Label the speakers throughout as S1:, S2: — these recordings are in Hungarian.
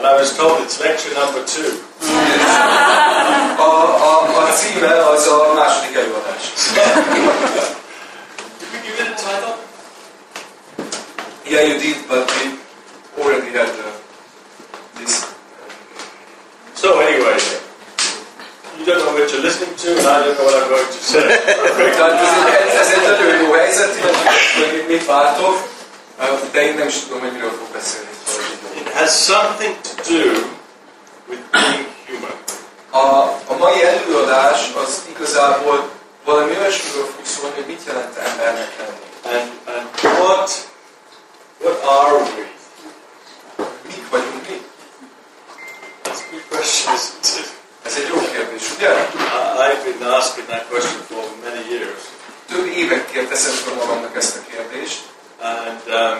S1: And I was told it's lecture number 2.
S2: A címe az a második előadás.
S1: Did we give it a title?
S2: Yeah, you did, but we already had this.
S1: So anyway, you don't know what you're listening to, and I don't know what I'm going to say.
S2: Tehát ez egy nagyon jó helyzet, hogy mit vártok, de én nem is tudom, hogy miről fog beszélni.
S1: It has something to do with being human.
S2: A mai előadás az igazából valami olyasmiről fog szólni, hogy mit jelent embernek lenni.
S1: And what are we?
S2: Mik vagyunk mi?
S1: That's a good question, isn't it?
S2: Ez egy jó kérdés, ugye?
S1: I've been asking that question for many years.
S2: Több évekkel teszem fel magamnak ezt a kérdést.
S1: And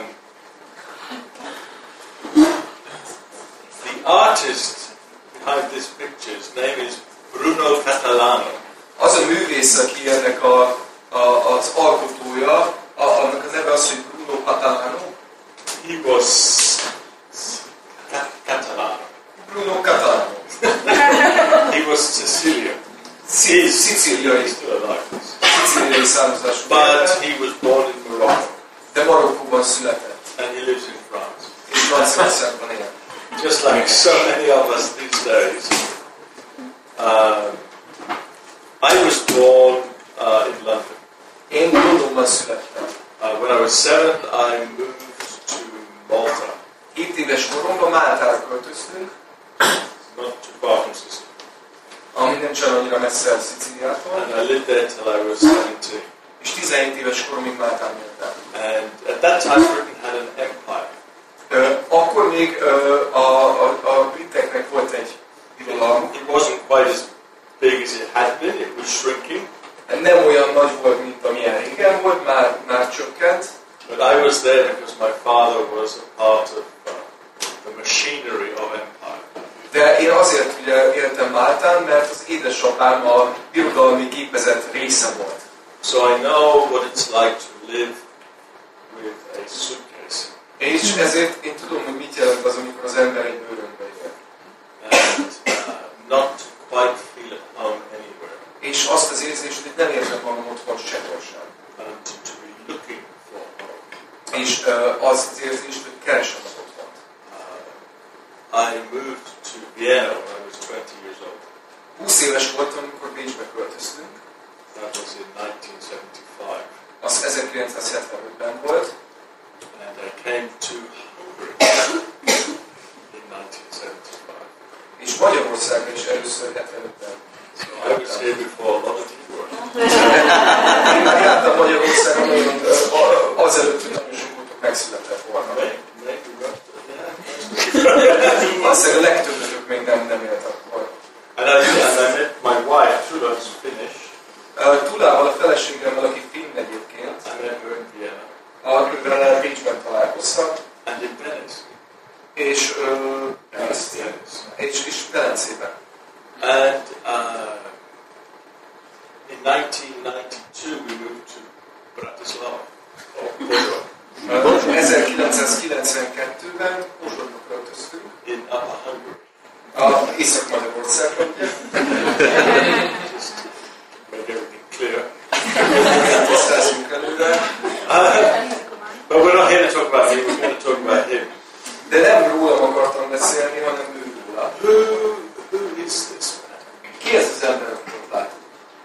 S1: the artist behind this picture, his name is Bruno Catalano.
S2: Az a művész, aki ennek az alkotója, annak a neve az, hogy Bruno Catalano.
S1: He was Catalano.
S2: Bruno Catalano.
S1: He was Sicilian.
S2: Szicíliai.
S1: He's still alive.
S2: Szicíliai származású.
S1: But he was born in Morocco.
S2: De Marokkóban született.
S1: And he lives in France.
S2: És Franciaországban él.
S1: Just like so many of us these days. I was born in London.
S2: Én Londonban születtem.
S1: When I was 7, I moved to Malta.
S2: 7 éves koromban Máltára költöztünk,
S1: Not too far from Sicily.
S2: ami nem csak annyira messze Szicíliától,
S1: And I lived there till I was 17.
S2: és 17 éves koromig Máltán éltem.
S1: And at that time, Britain had an empire.
S2: Akkor még a briteknek volt egy birodalmuk.
S1: It wasn't quite as big as it had been. It was shrinking.
S2: Nem olyan nagy volt, mint amilyen régen volt, már csökkent.
S1: But I was there because my father was a part of the machinery of empire.
S2: De én azért ugye éltem Máltán, mert az édesapám a birodalmi gépezet része volt.
S1: So I know what it's like to live with a suitcase.
S2: És ezért én tudom, hogy mit jelent az, amikor az ember egy bőrönbe él.
S1: And not quite feel at home anywhere.
S2: És azt az érzést, hogy nem érzem magam otthon sehol sem.
S1: And to be looking for home.
S2: És az érzést, hogy keresem az otthont.
S1: I moved to Vienna when I was 20 years old.
S2: 20 éves voltam, amikor Bécsbe költöztünk.
S1: That was in 1975.
S2: Az 1975-ben volt.
S1: And I came to Hungary in 1975.
S2: És Magyarországra is először 75-ben.
S1: So I was here before a lot of you were.
S2: Én már jártam Magyarországon, azelőtt, hogy nagyon sokutok megszületett volna. Aztán a legtöbbetök még nem élt akkor.
S1: And I met my wife, Tula's Finnish.
S2: Tulával, a feleségemmel, aki finn egyébként,
S1: I met her in Vienna.
S2: akivel Bécsben találkoztam.
S1: And in Venice.
S2: És Velencében.
S1: And in 1992 we moved to Bratislava.
S2: 1992-ben Pozsonyba költöztünk.
S1: In Upper Hungary.
S2: Észak-Magyarországban, ugye?
S1: Just to make everything clear.
S2: Tisztázzunk előre.
S1: But we're not here to talk about me, we're going to talk about him.
S2: De nem rólam akartam beszélni, hanem ő róla.
S1: Who is this man?
S2: Ki ez az ember, akit látunk?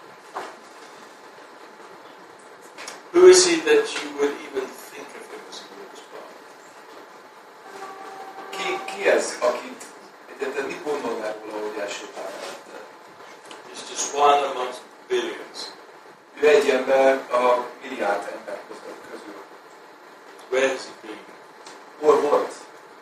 S1: Who is he that you would even think of him as he walks by?
S2: Ki ez, akit egyáltalán mit gondolnál róla, hogy elsétál mellette?
S1: He's just one amongst billions.
S2: Ő egy ember a milliárd ember közül.
S1: Where has he been?
S2: Hol volt?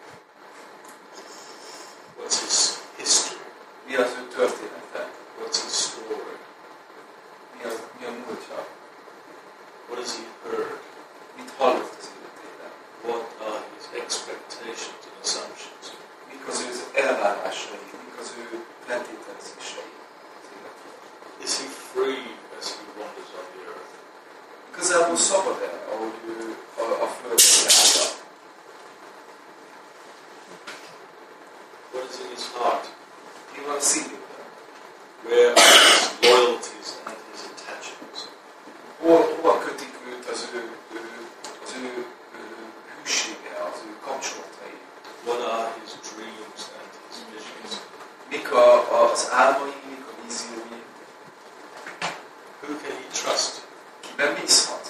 S1: What's his history?
S2: Mi az ő története?
S1: What's his story?
S2: Mi a múltja?
S1: What has he heard?
S2: Mit hallott az életében?
S1: What are his expectations and assumptions?
S2: Mik az ő elvárásai? Mik az ő feltételezései?
S1: Is he free as he wanders on the earth?
S2: Igazából szabad-e, ahogy ő a földön járta?
S1: What is in his heart?
S2: Mi van a szívében?
S1: Where are his loyalties and his attachments?
S2: Hova kötik őt az ő hűsége, az ő kapcsolatai?
S1: What are his dreams and his visions?
S2: Mik az álmai, mik a víziói?
S1: Who can he trust?
S2: Kiben bízhat?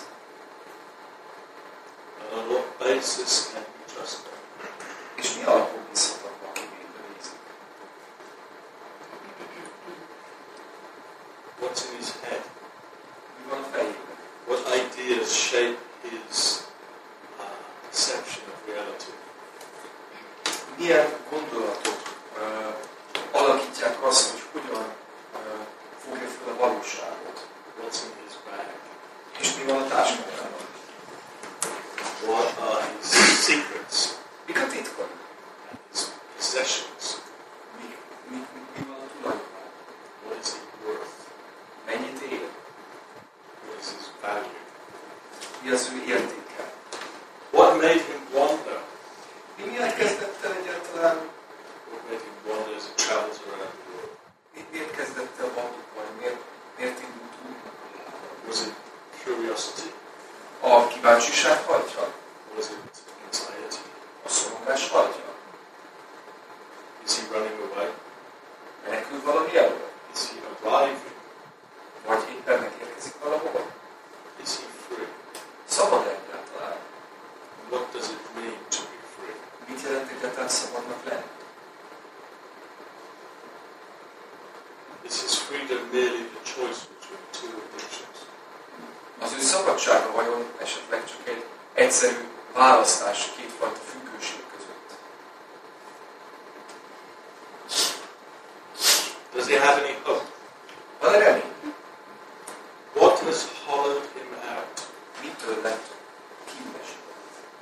S1: And on what basis can he trust them?
S2: És mi alapon bízhat abban, akiben bízik?
S1: What's in his head?
S2: Mi van a fejében?
S1: What ideas shape his perception of reality?
S2: Milyen gondolatok alakítják azt, hogy hogyan fogja fel a valóságot?
S1: What's in his bag?
S2: És mi van a táskájában?
S1: What are his secrets
S2: Mik a titkai?
S1: and his possessions?
S2: Mi van a tulajdonában?
S1: What is he worth?
S2: Mennyit ér?
S1: What is his value?
S2: Mi az ő értéke?
S1: What made him wander?
S2: Mi miatt kezdett el egyáltalán?
S1: What made him wander as he travels around the world?
S2: Miért kezdett el vandulni? Miért indult útnak?
S1: Was it curiosity?
S2: A kíváncsiság hajtja?
S1: Was it anxiety?
S2: A szorongás hajtja?
S1: Is he running away?
S2: Menekül valami elől?
S1: Is he arriving?
S2: Vagy éppen megérkezik valahova?
S1: Is he free?
S2: Szabad egyáltalán?
S1: What does it mean to be free?
S2: Mit jelent egyáltalán szabadnak lenni?
S1: Is his freedom merely the choice between two addictions?
S2: Az ő szabadsága vajon esetleg csak egy egyszerű választás kétfajta függőség között?
S1: Does he have any hope?
S2: Van-e remény?
S1: What has hollowed him out?
S2: Mitől lett kiüresített?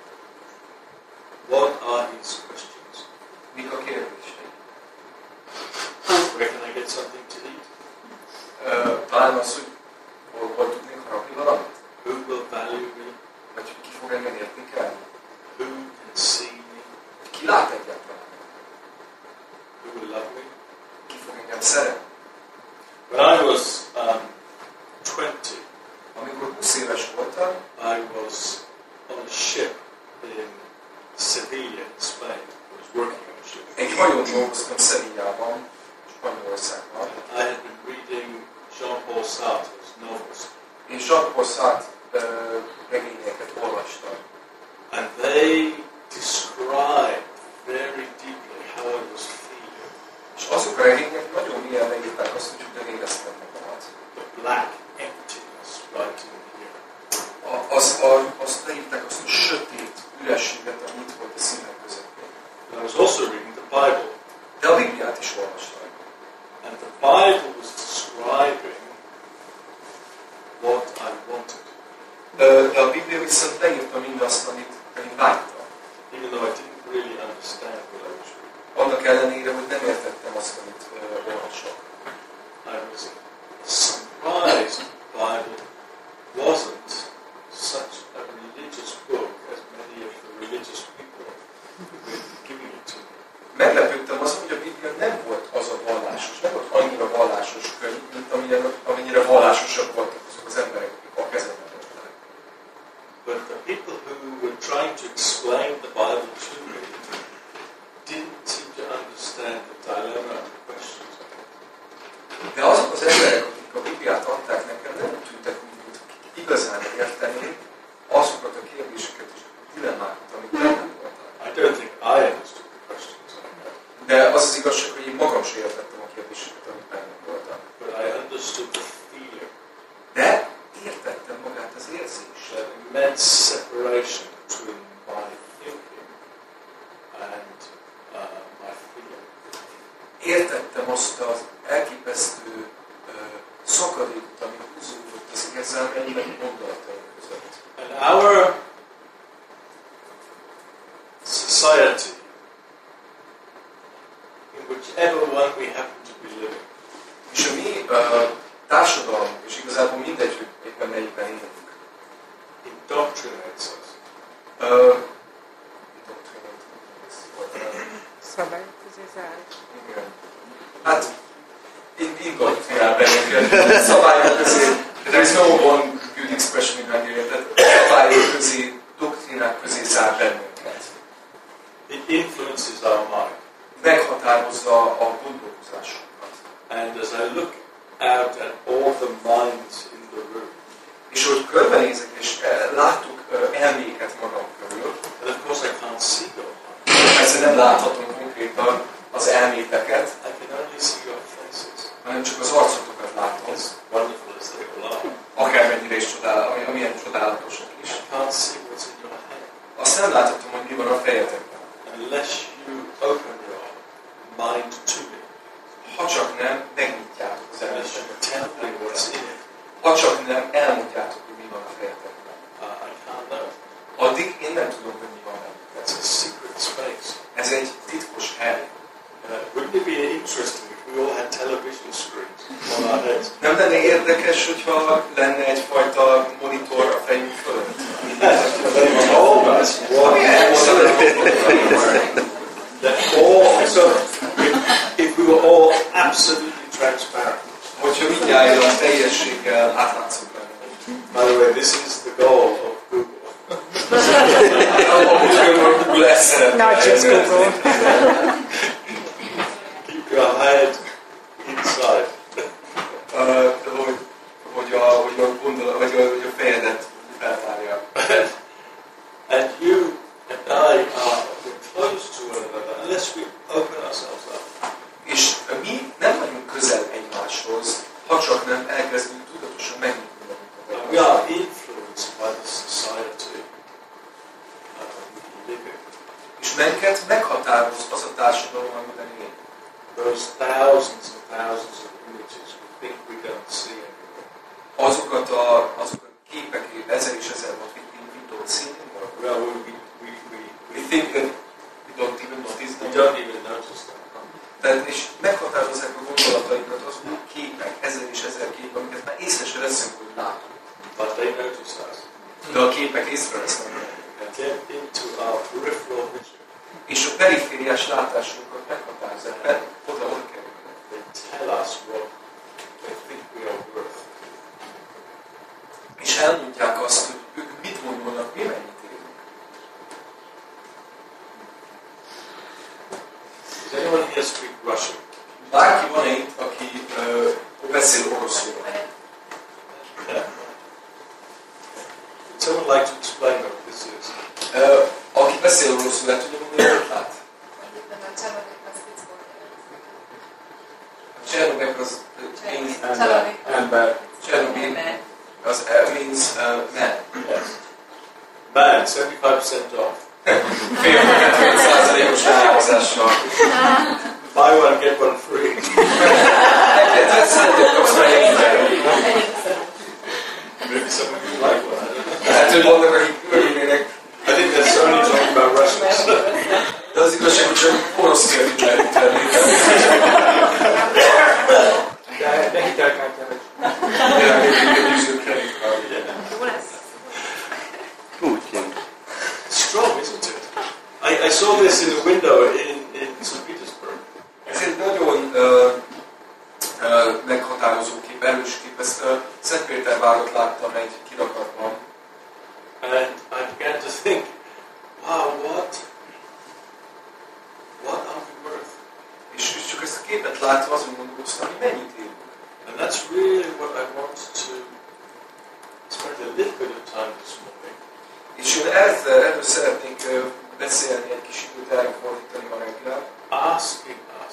S1: What are his questions?
S2: Mik a kérdései?
S1: Where can I get something to eat?
S2: Talán az, hogy hol tudnék harapni valamit?
S1: Who will value me?
S2: Vagy hogy ki fog engem értékelni?
S1: Who can see me?
S2: Ki lát egyáltalán?
S1: Who will love me?
S2: Ki fog engem szeretni?
S1: When I was 20,
S2: Amikor 20 éves voltam,
S1: I was on a ship in Sevilla, in Spain. I was working on a ship.
S2: egy hajón dolgoztam Sevillában, Spanyolországban,
S1: I had been reading Jean-Paul Sartre's novels,
S2: és Jean-Paul Sartre regényeket olvastam.
S1: and they described very deeply how I was feeling.
S2: És azok a regények nagyon mélyen leírták azt, hogy hogyan éreztem magamat.
S1: The black emptiness right in here.
S2: Azt leírták azt a sötét ürességet, ami itt volt a szívem közepén.
S1: And I was also reading the Bible,
S2: De a Bibliát is olvastam.
S1: and the Bible was describing what I wanted,
S2: De a Biblia viszont leírta mindazt, amit vágytam.
S1: even though I didn't really understand what I was reading.
S2: Annak ellenére, hogy nem értettem azt, amit olvasok.
S1: I was surprised the Bible wasn't such a religious book as many of the religious people were giving it to me.
S2: Meglepődtem azon, hogy a Biblia nem volt az a vallásos, nem volt annyira vallásos könyv, mint amennyire vallásosak voltak azok az emberek, akik a kezemben voltak.
S1: But the people who were trying to explain the Bible to me didn't seem to understand the dilemma and the questions.
S2: De azok az emberek, akik a Bibliát adták nekem, nem tűntek úgy, mint akik igazán értenék azokat a kérdéseket és a dilemmákat, amik bennem voltak.
S1: I don't think I understood the questions I had,
S2: De az az igazság, hogy én magam sem értettem a kérdéseket, amik bennem voltak.
S1: but I understood the feeling,
S2: De értettem magát az érzést.
S1: that immense separation between my thinking and my feeling.
S2: Értettem azt az elképesztő szakadékot, ami húzódott az érzelmeim meg gondolataim között.
S1: And our society, in whichever one we happen to be living,
S2: És a mi társadalmunk, és igazából mindegy, hogy éppen melyikben élünk,
S1: indoctrinates us.
S3: Szabályozza
S2: Igen. Hát, indoktrinál bennünket, szabályok közé, there is no one good expression in Hungarian, tehát szabályok közé, doktrinák közé zár bennünket.
S1: It influences our mind.
S2: Meghatározza a gondolkozásunkat.
S1: And as I look out at all the minds in the room,
S2: és hogy körbenézek, és látok elméket magam körül,
S1: and of course I can't see your mind.
S2: persze nem láthatom konkrétan az elméteket,
S1: I can only see your faces.
S2: hanem csak az arcotokat látom.
S1: As wonderful as they all are.
S2: Akármennyire is amilyen csodálatosak is.
S1: I can't see what's in your head.
S2: Azt nem láthatom, hogy mi van a fejetekben.
S1: Unless you open your mind to me.
S2: Ha csak nem megnyitjátok az
S1: Unless you
S2: elméteket.
S1: tell me what's in it.
S2: Ha csak nem elmondjátok, hogy mi van a fejetekben.
S1: I can't know.
S2: Addig én nem tudom, hogy mi van benne.
S1: That's a secret space.
S2: Ez egy titkos hely.
S1: Wouldn't it be interesting if we all had television screens on our heads?
S2: Nem lenne érdekes, hogyha lenne egyfajta monitor a fejünk fölött?
S1: Told us what if we were all absolutely transparent.
S2: Hogyha mindjárt teljességgel átlátszunk lenne.
S1: By the way, this is the goal of Google.
S3: Not just Google.
S1: Keep your head inside.
S2: Hogy a fejedet feltárja.
S1: And you and I are close to one another unless we open ourselves up.
S2: És mi nem vagyunk közel egymáshoz, ha csak nem elkezdünk tudatosan megnyitni magunkat.
S1: We are influenced by the society we live in.
S2: És minket meghatároz az a társadalom, amiben élünk.
S1: Those thousands and thousands of images we think we don't see anymore.
S2: Azok a képek, ezer és ezer what we don't see anymore.
S1: Well,
S2: We think that we don't even notice
S1: we
S2: them.
S1: don't even notice them.
S2: Tehát, és meghatározzák a gondolatainkat azok a képek, ezer és ezer kép, amiket már észre se veszünk, hogy látunk.
S1: But they notice us.
S2: De a képek észrevesznek.
S1: And get into our peripheral vision.
S2: És a perifériás látásunkat meghatározzák, oda kerülnek.
S1: They tell us what they think we are worth.
S2: És elmondják azt, hogy ők mit gondolnak, mi mennyit élünk.
S1: Does anyone here speak Russian?
S2: Bárki van itt, aki beszél oroszul.
S1: Yeah. Would someone like to explain what this is?
S2: Aki beszél oroszul, el tudja mondani, hogy lát? Csernobek az
S3: Ember.
S2: Csernobil az means man.
S1: Yes. Man, 75% off.
S2: Fél 75%-os árazással.
S1: Buy one, get one free. Maybe some of you like one.
S2: Hát, hogy vannak, akik örülnének.
S1: I think that's only talking about Russians.
S2: De az igazság, hogy csak orosz kérdít lehet tenni.
S3: De hitelkártyával is.
S2: Yeah, you can use your credit card.
S4: Putin.
S1: Strong, isn't it? I saw this in a window in St. Petersburg.
S2: Ez egy nagyon meghatározó kép, erős kép. Ezt Szentpétervárot láttam egy kirakatban.
S1: And I began to think, wow, what are we worth?
S2: És csak ezt a képet látva azon gondolkoztam, hogy mennyit élünk.
S1: And that's really what I want to spend a little bit of time this morning.
S2: És én erről szeretnék beszélni, egy kis időt elfordítani ma reggel.
S1: Asking us,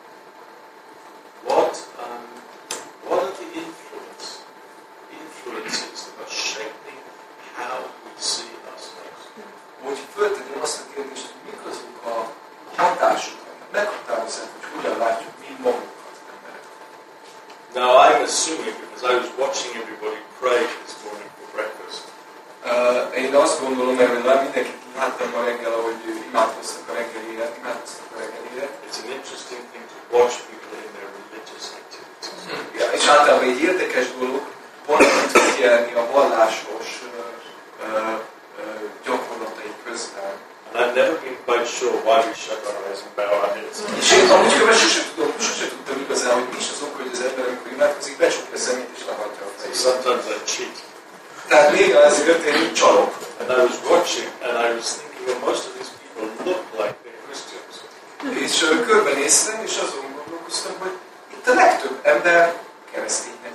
S1: what are the influences that are shaping how we see ourselves?
S2: Hogy föltegyem azt a kérdést, hogy mik azok a hatások, meghatározzák, hogy hogyan látjuk mi magunkat emberek.
S1: Now I'm assuming, because I was watching everybody pray this morning for breakfast,
S2: Én azt gondolom, mert mindenkit láttam ma reggel, ahogy imádkoztak a reggelire.
S1: it's an interesting thing to watch people in their religious activities.
S2: Ja, és általában egy érdekes dolog, valamit figyelni a vallásos gyakorlatai közben.
S1: And I've never been quite sure why we shut our eyes and bow our heads.
S2: És én amúgy sose tudtam igazán, hogy mi is az oka, hogy az ember, amikor imádkozik, becsukja a szemét és lehajtja a fejét.
S1: Sometimes I cheat.
S2: Tehát néha ez történik, csalok.
S1: And I was watching and I was thinking, well, most of these people look like they're Christians.
S2: És körbenéztem, és azon gondolkoztam, hogy itt a legtöbb ember kereszténynek.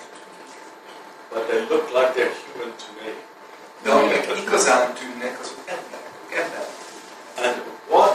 S1: But they look like they're human to me.
S2: De amelyek igazán tűnnek, azok emberek.
S1: And what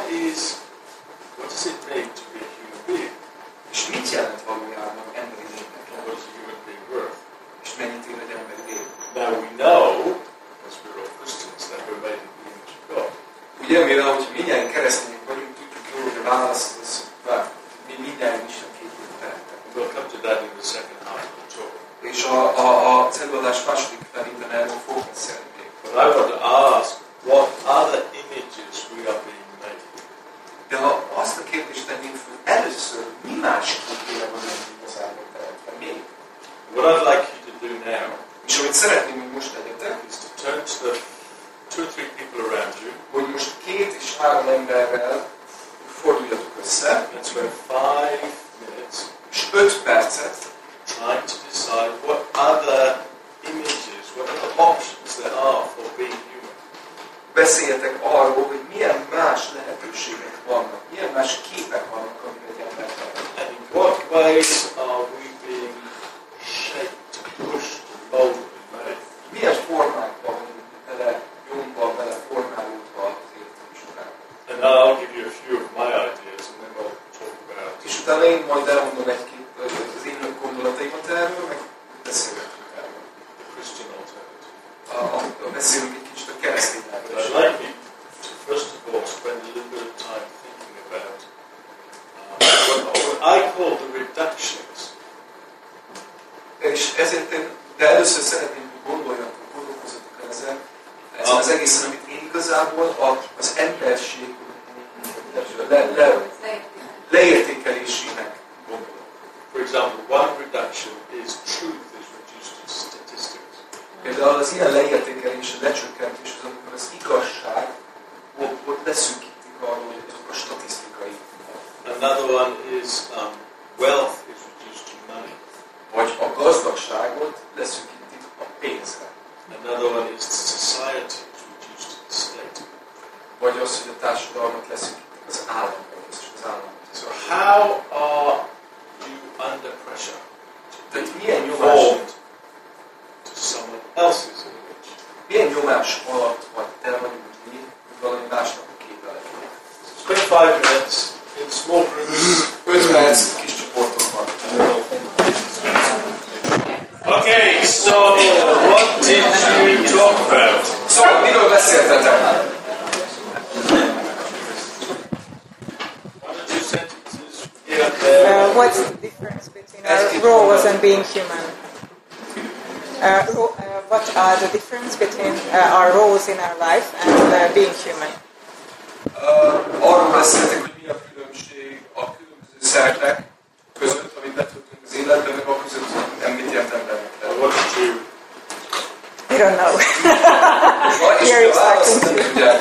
S1: does it mean to be a human being?
S2: És mit jelent valójában emberi lénynek?
S1: What is a human being worth?
S2: És mennyit ér egy emberi lény?
S1: Now we know, as we're all Christians, that we're made in the image of God.
S2: Ugye, mivel hogy mindjárt keresztények vagyunk, tudjuk jól, hogy a válasz az, mi mindjárt Isten képét tehetnek.
S1: We'll come to that in the second half of the talk.
S2: És az előadás második felében erről fogok beszélni még.
S1: But I want to ask, what other images we are being made?
S2: De ha azt a kérdést tennénk föl, először mi más képére van igazából teremtve még?
S1: What I'd like you to do now
S2: És amit szeretném, hogy most tegyetek,
S1: is to turn to the 2 or 3 people around you
S2: hogy most 2 és 3 emberrel forduljatok össze,
S1: and spend 5 minutes
S2: és 5 percet
S1: trying to decide what other images, what other options there are for being human.
S2: beszéljetek arról, hogy milyen más lehetőségek vannak, milyen más képek vannak, amik egy ember teremt.
S1: And in what ways are we being shaped, pushed, molded, and made?
S2: Milyen formákban vagyunk bele nyomva, bele formálódva az életünk során.
S1: And I'll give you a few of my ideas and then we'll talk about
S2: És utána én majd elmondom egy-két az én gondolataimat erről, meg beszélgetünk erről.
S1: the Christian alternative.
S2: Beszélünk egy kicsit a keresztény
S1: But I'd
S2: lehetőségről.
S1: like you to first of all spend a little bit of time thinking about what I call the reductions.
S2: És ezért de először szeretném, hogy gondolkozzatok ezen az egészen, amit én igazából az emberség leértékelésének gondolom.
S1: For example, one reduction is truth is reduced to statistics.
S2: Például az ilyen leértékelés, a lecsökkentés az, amikor az igazság ott leszűkítik arról, hogy azok a statisztikai.
S1: Another one is wealth is reduced to money.
S2: Vagy a gazdagságot leszűkítik a pénzre.
S1: Another one is society is reduced to the state.
S2: Vagy az, hogy a társadalmat leszűkítik az államra, és az államot.
S1: So how are you under pressure
S2: Tehát milyen nyomás,
S1: conformed to someone else's image?
S2: milyen nyomás alatt vagy te vagy mi, hogy valami másnak a képe legyen?
S1: Spend 5 minutes in small groups.
S2: 5 perc kis csoportokban.
S1: Okay, so what did you talk about?
S2: Szóval miről beszéltetek?
S1: One or two sentences here and there.
S4: What's the difference between our roles and being human? What are the difference between our roles in our life and being human?
S2: Arról beszéltek, hogy mi a különbség a különböző szerepek között, amit betöltünk az életben, meg a között, hogy mit jelent embernek.
S1: What did you?
S4: I don't know.
S2: És
S4: Here
S2: a választ nem tudják.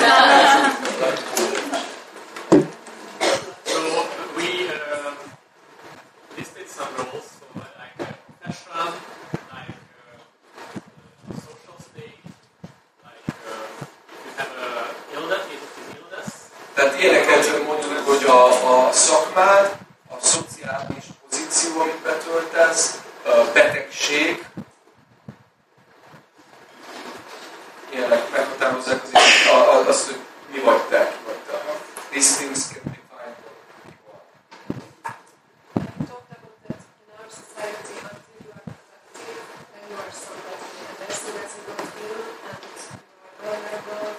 S5: So we listed some roles, so like profession, like social state, like if you have an illness,
S2: Tehát ilyeneket mondjuk, hogy a szakmád, a szociális pozíció, amit betöltesz, a betegség, ilyenek meghatározzák azt, hogy mi vagy te, ki vagy te. These things can define what you are.
S6: Talked about that in our society until you are productive and you are somebody, and as soon as you don't feel and you are vulnerable,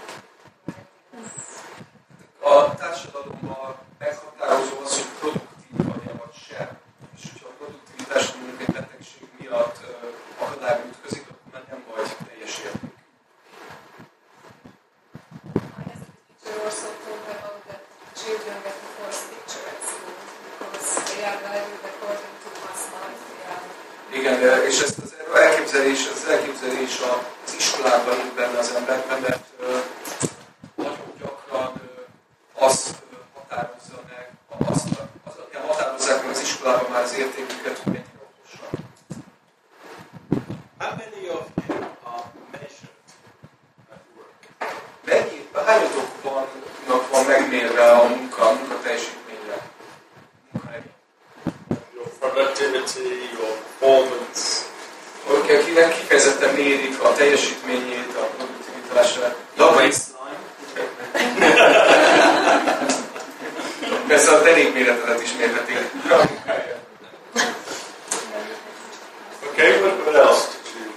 S2: A társadalomban meghatározó az, hogy produktív vagy-e vagy sem. És hogyha a produktivitás mondjuk egy betegség miatt akadályba ütközik, akkor már nem vagy teljes értékű.
S6: I also told about that children get a false picture at school because they are valued according to mass life.
S2: Igen, és ez az elképzelés az iskolában jön benne az emberben, mert nagyon gyakran általában már az értéküket, hogy mennyire okosak.
S1: How many of you are measured at work?
S2: Hányatoknak van megmérve a munka teljesítményre?
S1: Your productivity, your performance.
S2: Akinek kifejezetten mérik a teljesítményét, a produktivitását.
S5: The waistline.
S2: Persze a derékméretedet is mérhetik.
S1: Okay, what else did you?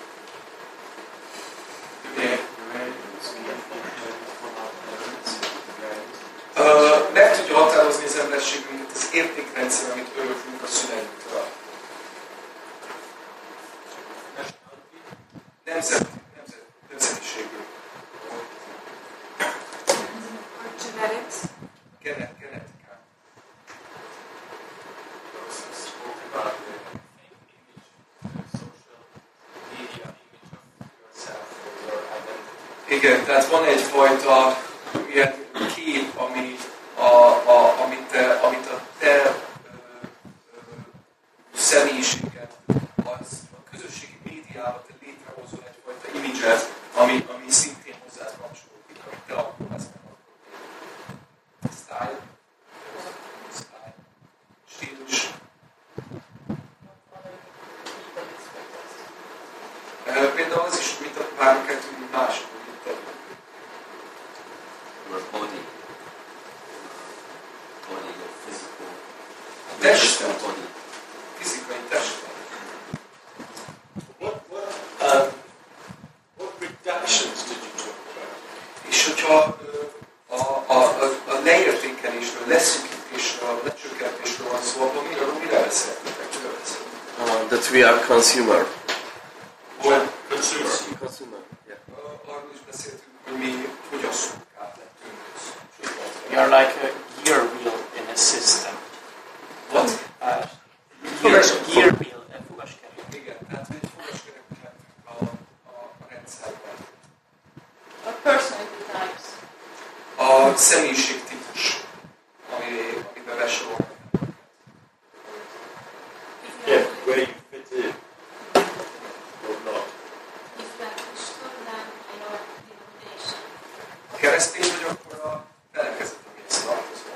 S2: Meg tudja határozni az emberségünket az értékrendszer, amit öröklünk a szüleinktől. Nemzetiségünk.
S6: Genetics.
S2: Genetikán. Igen, tehát van egyfajta ilyen kép, amit a te személyiséged, az a közösségi médiában te létrehozol egyfajta imidzset, ami szintén hozzád kapcsolódik, amit te akarsz megalkotni. Style, stílus. Például az is, mint a párunk eltűnünk mások, mint te.
S7: Your body, your physical,
S2: Tested.
S7: body.
S2: Fizikai tested.
S1: What reductions did you talk about?
S2: És hogyha a leértékelésről, leszűkítésről, lecsökkentésről van szó, akkor mire beszéltetek?
S7: That we are consumer.
S1: Or consumer?
S7: Consumer, yeah.
S2: Arról is beszéltünk, hogy mi fogyasztók átlettünk.
S5: We are like a gear wheel in a system.
S2: What?
S5: Gear wheel, fogaskerék.
S2: Igen, tehát egy fogaskereknek lettünk a rendszerben.
S6: A personality types.
S2: A személyiségtípus, amiben besorolnak.
S1: Yeah, where you fit in or not.
S2: Keresztény vagy akkor a felekezet, amihez tartozol.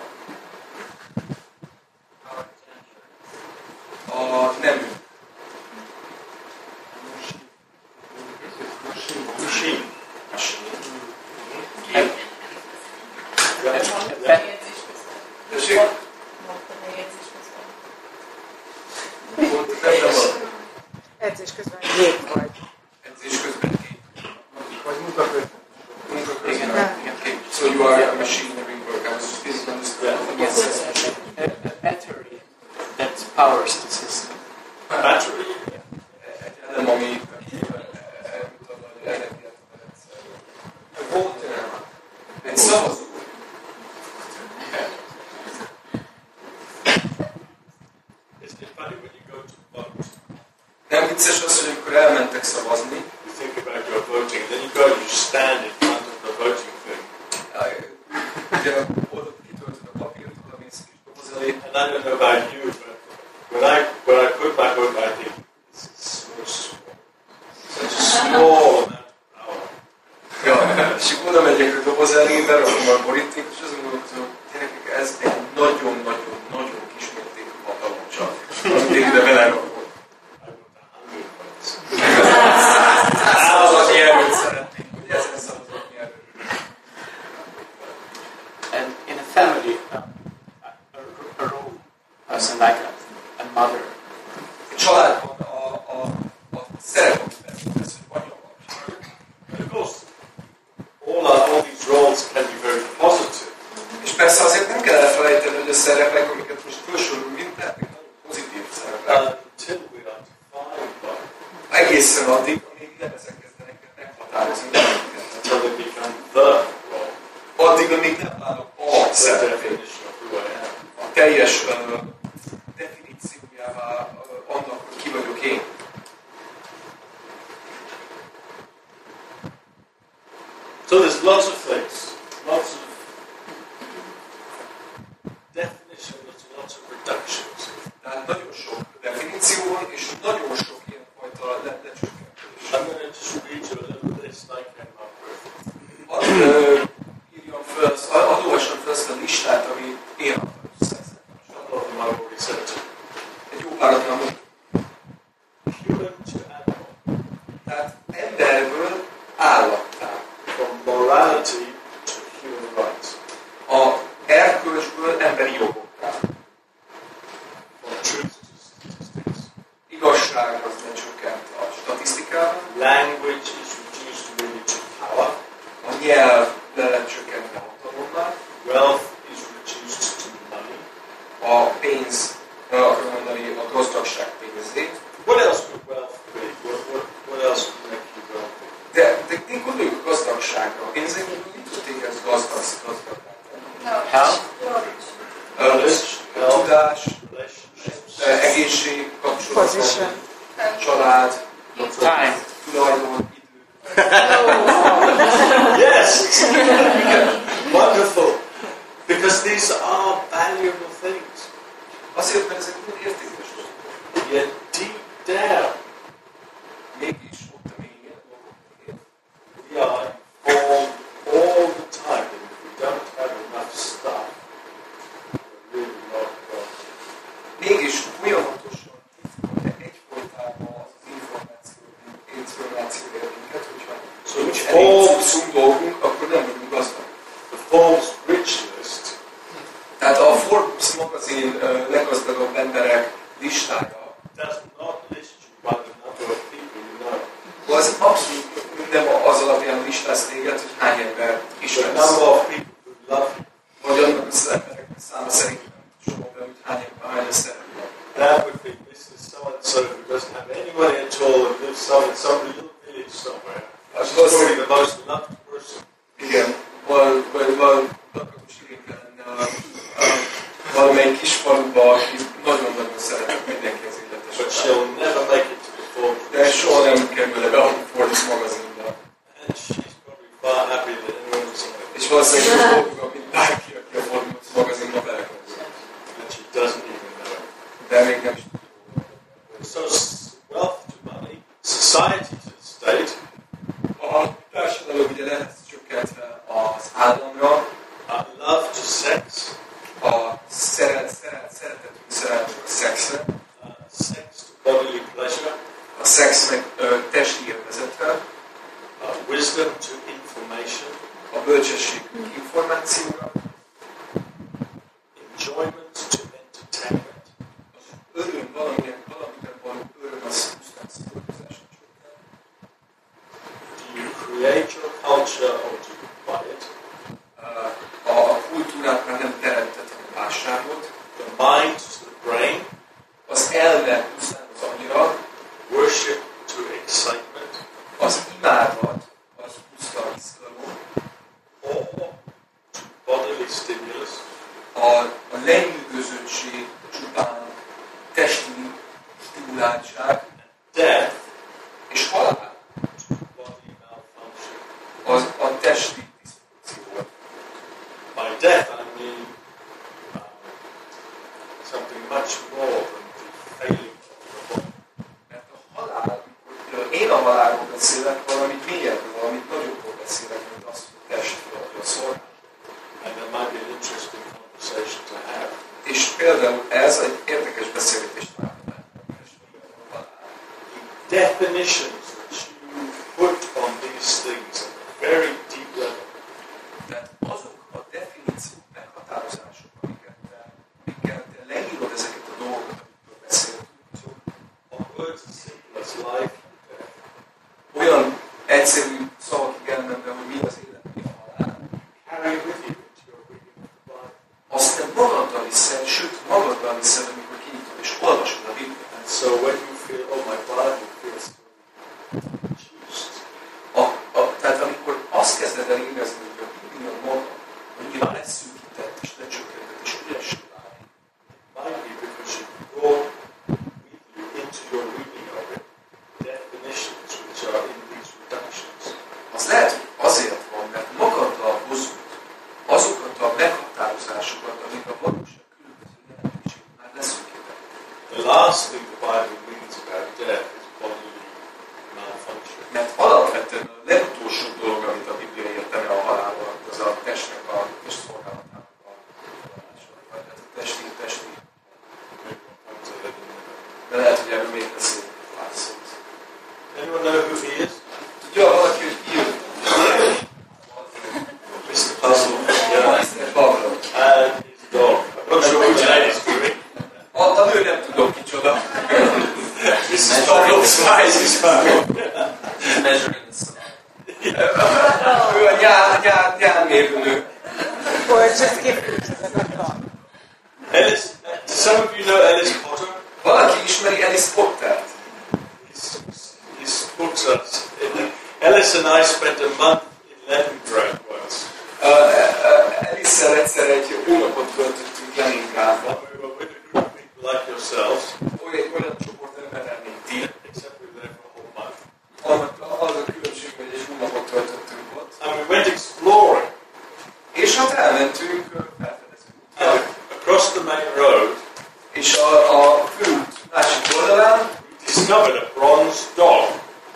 S2: A nemű.
S1: Machine.
S2: Tessék? Volt benne van.
S4: Edzés közben gép vagy.
S2: Edzés közben gép.
S3: Vagy munkaközben.
S2: Munkaközben.
S4: Igen.
S2: Okay. So you are a machinery worker. I was just didn't understand.
S5: Yes, a battery that powers the system.
S1: Battery?
S2: Egy elem, ami elmutatja, hogy energiát a rendszerben. A voter. Egy szavazó.
S1: Isn't it funny when you go to vote?
S2: Nem vicces az, hogy amikor elmentek szavazni,
S1: You think about your voting, then you go and you stand in front of the voting thing.
S2: ugye oda kitöltöd a papírt, oda mész kis doboz elé.
S1: And I don't know about you, but when I put my vote, I think this is so small. Such a small amount of power.
S2: Ja, és oda megyek a doboz elé, berakom a borítékot, és azon gondolkozom, hogy gyerekek, ez egy nagyon-nagyon-nagyon kis mértékű hatalom csak, amit én ide belerakok.
S1: I want 100 votes.
S2: Szavazatnyi erőt szeretnék, hogy ezen szavazatnyi erőt.
S5: And in a family, a role person like a mother.
S2: A családban a szerep, amit beszélsz, hogy anya vagy.
S1: And of course, all these roles can be very positive.
S2: És persze azért nem kell elfelejteni, hogy a szerepek, amiket most felsorolunk, mind lehetnek nagyon pozitív szerepek.
S1: Until we are defined by,
S2: Egészen addig, amíg nem ezek kezdenek meghatározni bennünket.
S1: until they become the role,
S2: Addig, amíg nem válok a
S1: the
S2: szerepét.
S1: definition of who I am.
S2: A teljes definíciójává annak, hogy ki vagyok én.
S1: So there's lots of things, lots of definitions, lots of reductions.
S2: Tehát nagyon
S1: I've already said to you.
S2: Egy jó párat már mondtam.
S1: Human to animal.
S2: Tehát emberből állattá.
S1: From morality to human rights.
S2: A erkölcsből emberi jogokká.
S1: From truth to statistics.
S2: Igazság az lecsökkent a statisztikában.
S1: Language is reduced really to power.
S2: A nyelv le lett csökkentve hatalommá.
S1: Wealth is reduced to money.
S2: A pénz, akarom mondani, a gazdagság pénzét.
S1: What else could wealth be? What else could make you wealthy?
S2: De én gondoljuk a gazdagságra. A pénzén kívül mit tud téged gazdag?
S5: Health?
S1: Knowledge, health,
S2: Tudás,
S1: relationships,
S2: egészség, kapcsolat,
S4: Position.
S2: család,
S5: Time.
S2: tulajdon, idő.
S1: Yes! Wonderful! Because these are valuable things.
S2: Azért, mert ezek mind értékes dolgok.
S1: Yet deep down,
S2: Mégis ott a mélyén,
S1: we are informed all the time that if we don't have enough stuff, we're really not wealthy.
S2: mégis folyamatosan de egyfolytában az információ ér minket, hogyha nincs elég cuccunk dolgunk, akkor nem vagyunk gazdag.
S1: The Forbes Rich List
S2: Tehát a Forbes magazin leggazdagabb emberek listája
S1: does not list you by the number of people you know.
S2: az abszolút nem az alapján listáz téged, hogy hány ember
S1: The
S2: ismersz.
S1: number of people who love you.
S2: Vagy annak az emberek száma szerint sokkal, hogy hány szeretnek.
S1: That would be Mr. So-and-so who doesn't have any money at all and lives in some little village somewhere. That's probably the most loved person.
S2: Igen, vagy lakatos lényben lenne valamelyik kis faluba, aki nagyon-nagyon szeretett mindenki az
S1: But
S2: illetes.
S1: she'll never make it to the Forbes.
S2: De soha nem kerül le be a Forbes magazinba.
S1: And she's probably far happier than anyone else.
S2: És valószínűleg boldogabb, mint bárki, aki a Forbes magazinba belekerül.
S1: And she doesn't even know it.
S2: De még nem is
S1: So wealth to money, society to state,
S2: a társadalom ugye le lesz csökkentve az államra,
S1: love to sex,
S2: a szeretetünk szerelmünk a szexre,
S1: sex to bodily pleasure,
S2: a szex meg testi élvezetre,
S1: wisdom to information,
S2: a bölcsességünk információra,
S1: enjoyment to entertainment,
S2: öröm valamiben való öröm az pusztán szórakozásra csökken.
S1: do you create your culture or do you buy it?
S2: A kultúrát már nem teremtett, hanem vásárolt.
S1: The mind to the brain,
S2: Az elme pusztán az agyra,
S1: worship to excitement,
S2: az imádat, az puszta izgalom,
S1: or to bodily stimulus,
S2: a lenyűgözöttség csupán testi stimuláltság,
S1: death
S2: és halál
S1: to body malfunction.
S2: az a testi diszfunkció.
S1: By death I mean something much more than the failing of the body.
S2: Mert a halál, amikor én a halálról beszélek, valamit mélyebbről, valamit nagyobbról beszélek, mint azt, hogy test vagy a szolgálat.
S1: And that might be an interesting conversation to have.
S2: És például ez egy érdekes beszélgetést vállalna.
S1: The definitions that you put on these things at a very deep level
S2: Tehát azok a definíciók, meghatározások, amikkel te leírod ezeket a dolgokat, amikről beszéltünk,
S1: are words as simple as life and death.
S2: olyan egyszerű szavakig elmenve, hogy mi az élet, mi a halál.
S1: Carry with you into your reading of the Bible.
S2: Azt te magaddal viszed, sőt magaddal viszed, amikor kinyitod és olvasod a Bibliát.
S1: And so when you feel, oh, my Bible feels so juiced,
S2: Tehát amikor azt kezded el érezni, hogy a Biblia maga annyira leszűkített és lecsökkentett és üresé válik,
S1: might be because you brought with you into your reading of it definitions which are in these reductions.
S2: az lehet, hogy azért van, mert magaddal hozod azokat a meghatározásokat, amik a valóság különböző jelentését már leszűkített.
S1: The last thing the Bible means about death is bodily malfunction.
S2: Mert alapvetően a legutolsó dolog, amit a Biblia értene a halállal, az a testnek a test szolgálatának a feladása, vagy hát a testi Spice is measuring the sun. Ő a nyármérőnő.
S4: Or just give pictures.
S1: Alice, some of you know Alice Potter.
S2: Valaki ismeri Alice Pottert?
S1: His books are. Alice and I spent a month in Leningrad once.
S2: Alice-szel egyszer egy hónapot töltöttünk Leningrádba.
S1: We were with a group of people like yourselves,
S2: Olyan csoport emberrel, mint ti.
S1: except we were there for a whole month.
S2: Az a különbség, hogy egy hónapot töltöttünk ott.
S1: And we went exploring.
S2: És hát elmentünk felfedező útra.
S1: Across the main road,
S2: És a főút másik oldalán
S1: we discovered a bronze dog.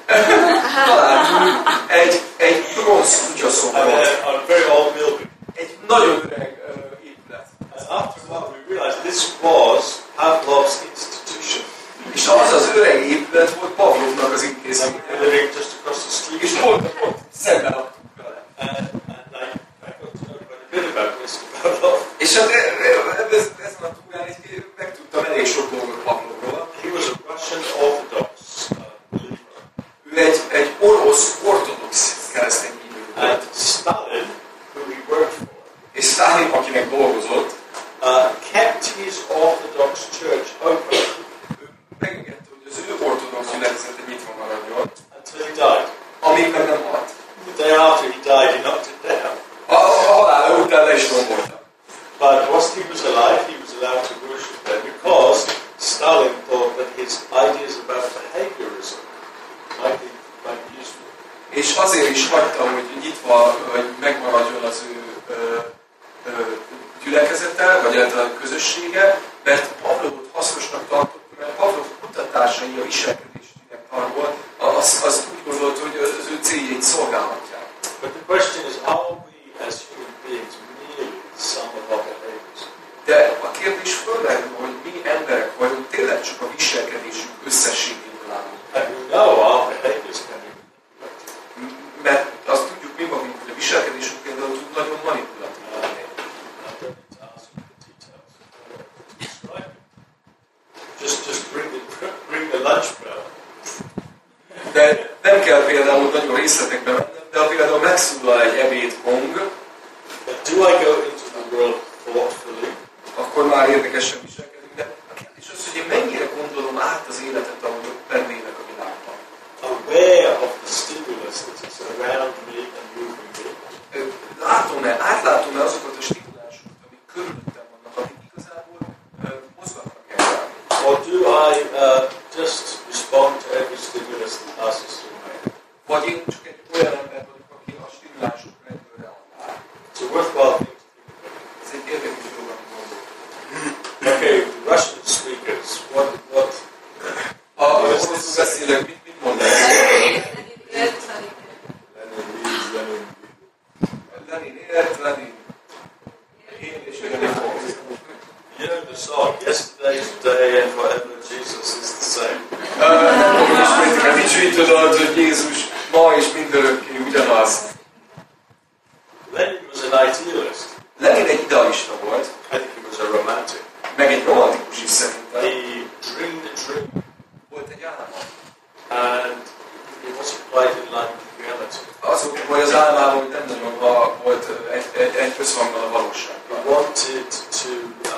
S2: találtunk egy bronz
S1: And
S2: kutyaszobrot.
S1: a very old building.
S2: Egy nagyon öreg épület.
S1: And after a while we realized this was Pavlov's institution.
S2: És az az öreg épület volt Pavlovnak az intézménye.
S1: We were living just across the street.
S2: És voltak ott, szemben laktunk vele.
S1: And I got to know quite a bit about Mr. Pavlov.
S2: És hát ezen a túrán megtudtam elég sok dolgot Pavlovról.
S1: He was a Russian Orthodox believer.
S2: Ő egy orosz ortodox keresztény hívő volt.
S1: And Stalin, who he worked for,
S2: És Stalin, akinek dolgozott,
S1: kept his Orthodox church open
S2: ő megengedte, hogy az ő ortodox gyülekezete nyitva maradjon,
S1: until he died.
S2: amíg meg nem halt.
S1: The day after he died, he knocked it down.
S2: A halála után le is rombolta.
S1: But whilst he was alive, he was allowed to worship there because Stalin thought that his ideas about behaviorism might be useful.
S2: És azért is hagyta, hogy nyitva, hogy megmaradjon az ő gyülekezete, vagy a közössége, mert Pavlovot hasznosnak tartotta, mert Pavlov kutatásai a viselkedési direktorból azt úgy gondolta, hogy az ő céljait szolgálhatják.
S1: But the question is, are we as human beings merely the sum of our behaviors?
S2: De a kérdés fölmerül, hogy mi emberek vagyunk, tényleg csak a viselkedésünk összességéből állunk.
S1: And we know our behaviors can be manipulated.
S2: Mert azt tudjuk mi magunk, hogy a viselkedésünk például tud nagyon manipulatív lenni.
S1: I don't need to ask you the details. Describe it. Just bring the lunch bell.
S2: De nem kell például nagyon részletekbe mennem, de ha például megszólal egy ebédgong,
S1: But do I go into the world thoughtfully?
S2: akkor már érdekesen viselkedünk. De a kérdés az, hogy én mennyire gondolom át az életet, ahogy ott bennének a világban.
S1: Aware of the stimulus that is around me and moving me?
S2: Átlátom-e azokat a stimulásokat, amik körülöttem vannak, amik igazából mozgatnak engem?
S1: Or do I just respond to every stimulus that passes through my head?
S2: Vagy én csak egy olyan ember vagyok, aki a stimulásokra egyből reagál.
S1: It's a worthwhile thing to think about.
S2: Ez egy érdekes dolog, amit mondok.
S1: Okay, the Russian speakers, what
S2: Ha oroszul beszélek, mit mondanak? Lenin ért, Lenin. Én és Lenin volt.
S1: You know the song, yesterday, today, and forever, Jesus is the same.
S2: Ismétik a dicsőítődalt, hogy Jézus ma és mindörökké ugyanaz.
S1: Lenin was an idealist.
S2: Lenin egy idealista volt,
S1: I think he was a romantic.
S2: meg egy romantikus is szerintem.
S1: He dreamed a dream,
S2: Volt egy álma.
S1: and it wasn't quite in line with reality.
S2: Azok, hogy az álmában nem nagyon volt egy összhangban a valóság.
S1: He wanted to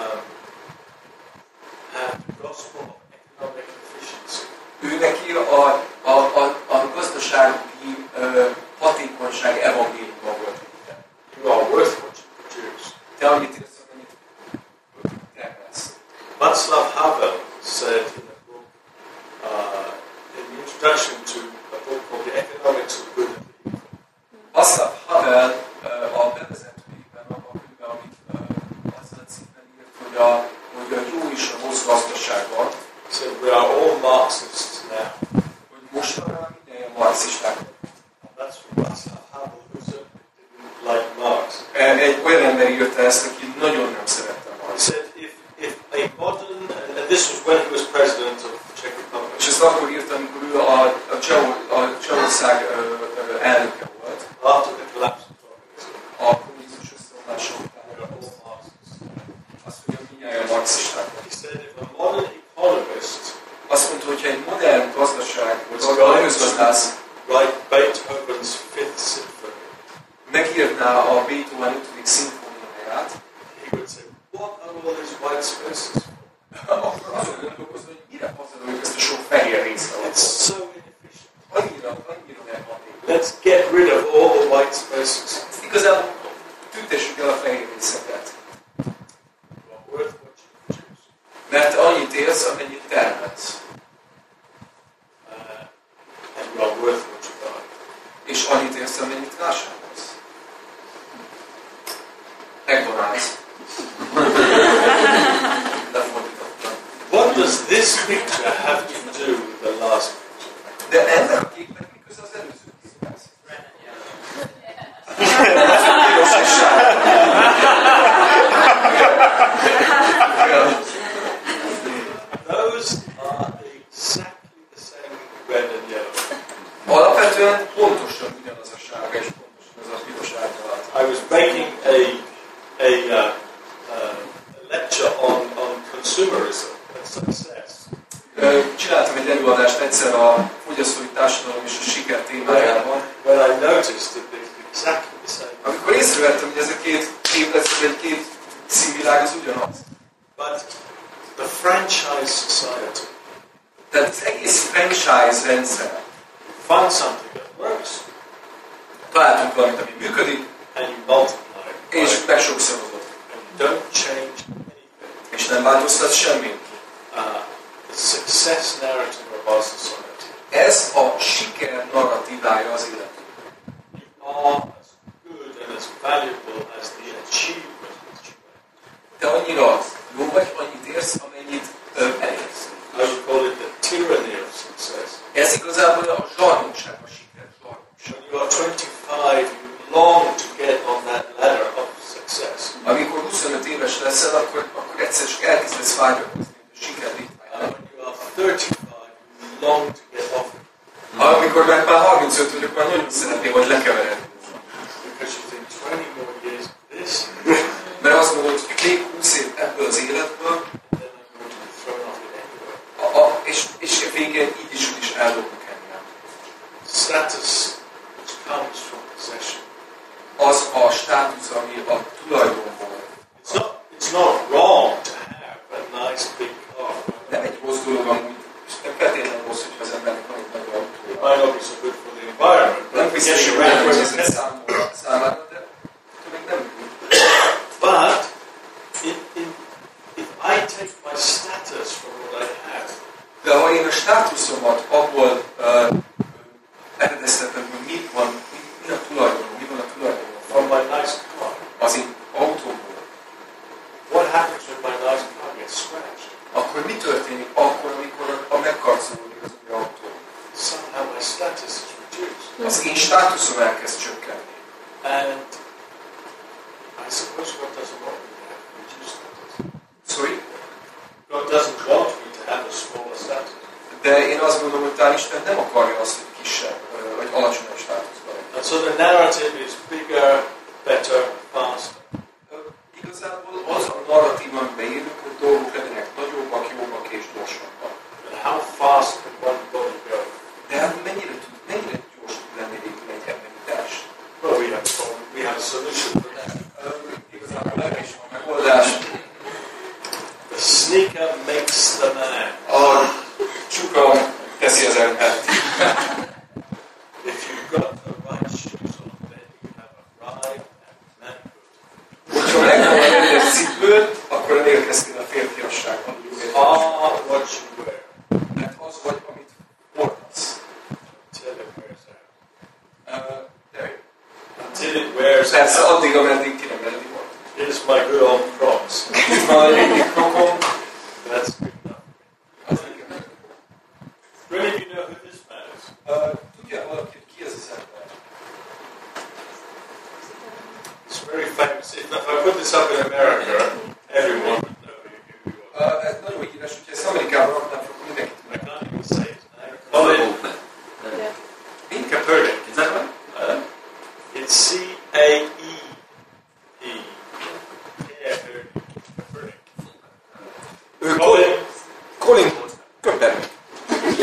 S1: have the gospel of economic efficiency.
S2: Ő neki a gazdasági hatékonyság evangéliuma volt.
S1: You are worth what you produce.
S2: Te annyit érsz, amennyit termelsz.
S1: Václav Havel said in a book, in the introduction to a book called The Economics of Good and Evil.
S2: Václav Havel a bevezetőjében, abban a könyvben, amit azzal a címben írt, hogy a jó és a rossz gazdaságban,
S1: He said, we are all Marxists now.
S2: hogy mostanában mindenki marxisták.
S1: That's from Václav Havel, who certainly didn't like Marx.
S2: Egy olyan ember írta ezt, aki nagyon nem szerette
S1: He
S2: Marx.
S1: said, if a modern, and this was when he was president of the Czech Republic,
S2: És ezt akkor írta, amikor ő a Csehország elnöke volt,
S1: after the collapse of communism,
S2: a kommunizmus összeomlása után.
S1: we are all Marxists.
S2: Azt mondja, mindjárt marxisták.
S1: He said, if a modern economist
S2: Azt mondta, hogy hogyha egy modern gazdaság,
S1: was
S2: vagy
S1: going
S2: közgazdász
S1: to write Beethoven's Fifth Symphony,
S2: megírná a Beethoven 5. szimfóniáját,
S1: he would say, what are all these white spaces for?
S2: akkor azon gondolkozni, hogy mire pazaroljuk ezt a sok fehér részt.
S1: It's so inefficient.
S2: Annyira nem hatékony.
S1: Let's get rid of all the white spaces.
S2: Ezt igazából tüntessük el a fehér részeket.
S1: You are worth what you produce.
S2: Mert annyit érsz, amennyit termelsz.
S1: And you are worth what you buy.
S2: És annyit érsz, amennyit vásárolsz. McDonald's. Lefordítottam.
S1: What does this picture have to do with the last picture?
S2: De ennek a képnek mi köze az előző képhez? Piros és
S1: Those are exactly the same red and yellow.
S2: alapvetően pontosan ugyanaz a sárga és pontosan az a piros árnyalat.
S1: I was making a lecture on consumerism and success.
S2: Csináltam egy előadást egyszer a fogyasztói társadalom és a siker témájában,
S1: When I noticed that there's exactly the same.
S2: amikor észrevettem, hogy ez a két képlet, vagy két színvilág az ugyanaz.
S1: But the franchise society
S2: Tehát az egész franchise rendszer.
S1: finds something that works
S2: Találtunk valamit, ami működik,
S1: and you multiply it.
S2: és megsokszorozod.
S1: And you don't change anything.
S2: És nem változtat semmit.
S1: The success narrative of our society.
S2: Ez a siker narratívája az életünk.
S1: You are as good and as valuable as the achievement that you make.
S2: Te annyira jó vagy, annyit érsz, amennyit elérsz.
S1: I would call it the tyranny of success.
S2: Ez igazából a zsarnokság, a siker zsarnokság.
S1: When you are 25, you long to get on that ladder of success.
S2: Amikor 25 éves leszel, akkor egyszer csak elkezdesz vágyakozni a siker
S1: And when you are 35, you long to get off it.
S2: Amikor meg már 35 vagyok, már nagyon szeretném, hogy lekeveredni.
S1: Because you think 20 more years of this,
S2: Mert azt mondod, hogy még 20 év ebből az életből,
S1: and then I'm going to be thrown off it anyway.
S2: és végén így is eldobunk engem.
S1: Status which comes from possession.
S2: Az a státusz, ami a tulajdonból.
S1: It's not wrong to have a nice big car.
S2: Nem egy rossz dolog amúgy, és nem feltétlenül rossz, hogyha az embernek van egy nagy
S1: It
S2: autója.
S1: might not be so good for the environment,
S2: Nem
S1: but
S2: biztos,
S1: getting
S2: hogy
S1: around
S2: hogy
S1: is
S2: ez számára, de még nem úgy.
S1: But if I take my status from what I have,
S2: De ha én a státuszomat abból eredeztetem, hogy mi a tulajdonom, mi van a tulajdonom
S1: from my nice car,
S2: az én autóból,
S1: what happens when my nice car gets scratched?
S2: akkor mi történik akkor, amikor a megkarcolódik az új autó?
S1: Somehow my status is reduced.
S2: Az én státuszom elkezd csökkenni.
S1: And I suppose God doesn't want me to have reduced status.
S2: Sorry?
S1: God doesn't want me to have a smaller status.
S2: De én azt gondolom, hogy talán Isten nem akarja azt, hogy kisebb, vagy alacsonyabb státuszban legyen.
S1: And so the narrative is bigger, better, faster.
S2: Igazából az a narratív, amiben élünk, hogy dolgok legyenek nagyobbak, jobbak és gyorsabbak.
S1: And how fast can one body go?
S2: De hát mennyire gyors tud lenni végül egy emberi test?
S1: Well, we have a solution for that.
S2: Igazából meg is van megoldás.
S1: The sneaker makes the man.
S2: A csuka teszi az embert.
S1: If you've got the right shoes on, then you have arrived at manhood.
S2: Hogyha megvan a rendes cipőd, akkor elérkeztél a férfiasságban.
S1: Are what you wear
S2: Mert az vagy, amit hordasz.
S1: until it wears out.
S2: De
S1: Until it wears
S2: persze
S1: out.
S2: addig, ameddig ki nem eddig van.
S1: Here's my good old Crocs.
S2: Itt van egy régi krokom.
S1: That's good enough.
S2: Az igen.
S1: Really, if you know who this man is?
S2: Tudja valaki, hogy ki ez az ember?
S1: It's very famous. If I put this up in America, everyone would know who you are.
S2: Ez nagyon híres, hogyha ezt Amerikában raknám, akkor mindenki
S1: I
S2: tudja.
S1: can't even say his name. Colin Kaepernick.
S2: Is that right?
S1: It's C-A-E-P. Kaepernick.
S2: Ő
S1: Colin.
S2: Colin Kaepernick.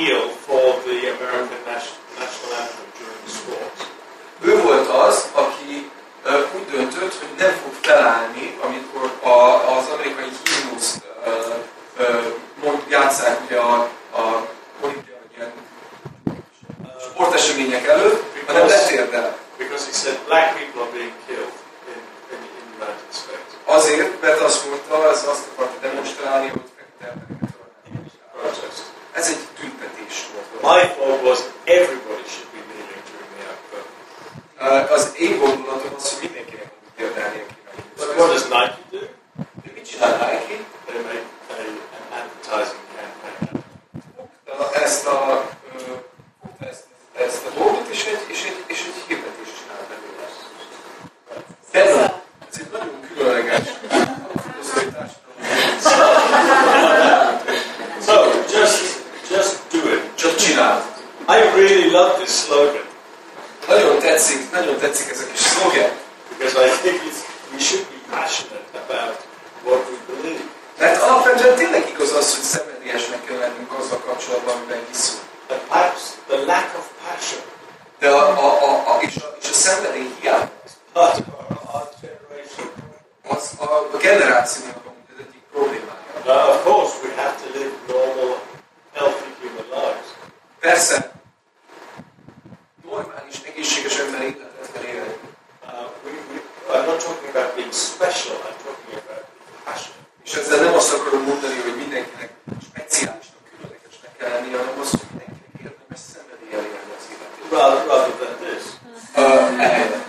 S1: kneel for the American national anthem during the sports.
S2: Ő volt az, aki úgy döntött, hogy nem fog felállni, amikor az amerikai himnuszt játsszák ugye a olimpiai ilyen sportesemények előtt, hanem letérdel.
S1: Because he said black people are being killed in the United States.
S2: Azért, mert azt mondta, ez azt akarta demonstrálni, hogy fekete embereket
S1: Protest.
S2: Ez egy tüntetés volt.
S1: My thought was everybody should be kneeling during the anthem.
S2: Az én gondolatom az, hogy mindenkinek térdelnie kéne.
S1: But what does Nike do?
S2: De mit csinál Nike?
S1: They make an advertising campaign.
S2: Ezt a dolgot, és egy hirdetést csinál belőle. Ez egy nagyon különleges
S1: So just do it.
S2: csak csinál.
S1: I really love this slogan
S2: Nagyon tetszik ez a kis szlogen.
S1: because I think we should be passionate about what we believe.
S2: Mert alapvetően tényleg igaz az, hogy szenvedélyesnek kell lennünk azzal kapcsolatban, amiben hiszünk.
S1: And perhaps the lack of passion
S2: De és a szenvedély hiány
S1: is part of our generation.
S2: az a generációnak az egyik problémája.
S1: Now, of course, we have to live normal, healthy human lives.
S2: Persze, normális, egészséges emberi életet kell élni.
S1: I'm not talking about being special, I'm talking about being passionate.
S2: És ezzel nem azt akarom mondani, hogy mindenkinek speciálisnak, különlegesnek kell lennie, hanem azt, hogy mindenkinek érdemes szenvedéllyel élni az életét.
S1: Rather than this.
S2: Ehelyett.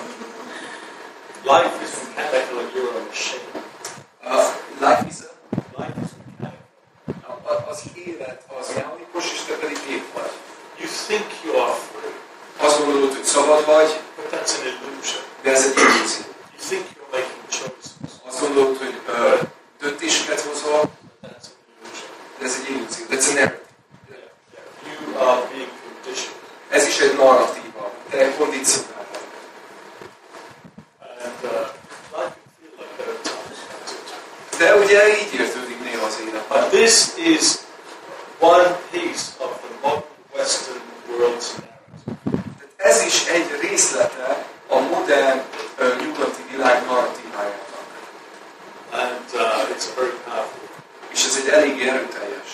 S1: Life is mechanical and you're a machine.
S2: Life is
S1: Life is mechanical.
S2: az élet, az mechanikus, és te pedig gép vagy.
S1: You think you are free,
S2: Azt gondolod, hogy szabad vagy,
S1: but that's an illusion.
S2: de ez egy illúzió.
S1: You think you're making choices,
S2: Azt gondolod, hogy döntéseket hozol,
S1: but that's an illusion.
S2: de ez egy illúzió. That's a narrative.
S1: You are being conditioned.
S2: Ez is egy narratíva. Te kondicionálod.
S1: And life can feel like that at times.
S2: De ugye így érződik néha az élet.
S1: But this is one piece of the modern Western world's narrative.
S2: Ez is egy részlete a modern nyugati világ narratívájának.
S1: And it's a very powerful.
S2: És ez egy elég erőteljes.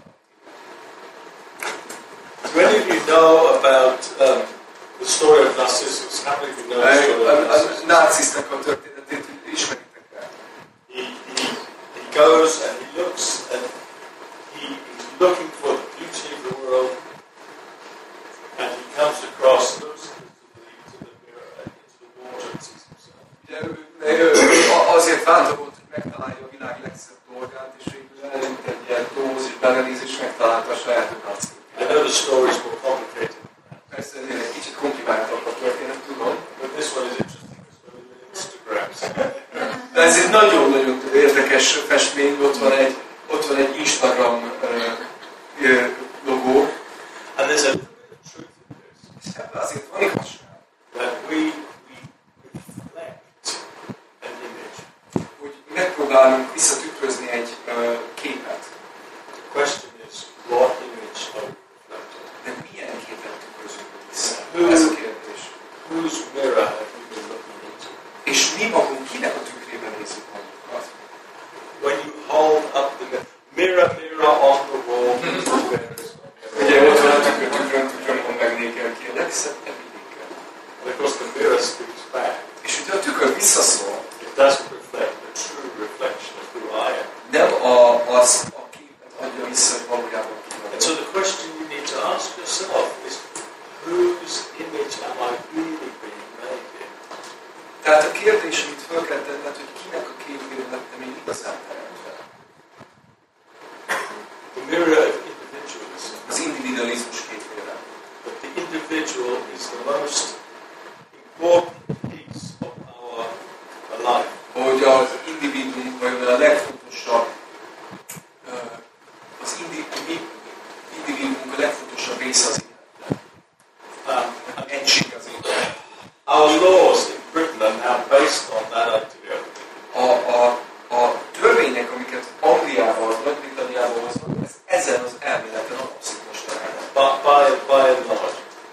S1: Do any of you know about the story of Narcissus? How many of you know the story of
S2: A
S1: Narcissus?
S2: nácisztnek a történetét ismeritek el.
S1: He goes and he looks and he's looking for the beauty of the world, and he comes across, looks into the mirror and into the water and sees himself.
S2: Ugye, azért vándorolt, hogy megtalálja a világ legszebb dolgát, és végül elint egy ilyen tóhoz, és belenéz, és megtalálta a saját önarcát.
S1: I know the story is more complicated,
S2: Persze ennél egy kicsit komplikáltabb a történet, tudom.
S1: but this one is interesting because we're doing Instagrams.
S2: De ez egy nagyon-nagyon érdekes festmény, ott van egy Instagram logó.
S1: And there's a little bit of truth in this,
S2: És ebben azért van igazság,
S1: that we reflect an image.
S2: hogy megpróbálunk visszatükrözni egy képet.
S1: The question is, what image are we reflecting?
S2: De milyen képet tükrözünk vissza?
S1: Who-
S2: Ez a kérdés.
S1: Whose mirror have you been looking into?
S2: És mi magunk kinek a tükrében nézzük magunkat?
S1: When you hold up the mirror, mirror on the wall,
S2: Ugye ott van a tükrön mond meg nékem ki, a legszebb emlékem.
S1: and of course the mirror speaks back.
S2: És ugye a tükör visszaszól,
S1: It doesn't reflect the true reflection of who I am.
S2: nem a képet adja vissza, hogy valójában ki
S1: And so
S2: vagyok.
S1: the question you need to ask yourself is, whose image am I really being made in?
S2: Tehát a kérdés, amit fel kell tenned, hogy kinek a képére lettem én igazán teremtve.
S1: The mirror of individualism.
S2: Az individualizmus képére.
S1: But the individual is the most important piece of our life.
S2: Hogy az individuum vajon a legfontosabb, az individuum a legfontosabb része az életben. Egység az életben.
S1: Our laws in Britain are now based on that idea.
S2: A törvények, amiket Angliában, Nagy-Britanniában hoznak, ezen az elméleten alapszik most
S1: by and large,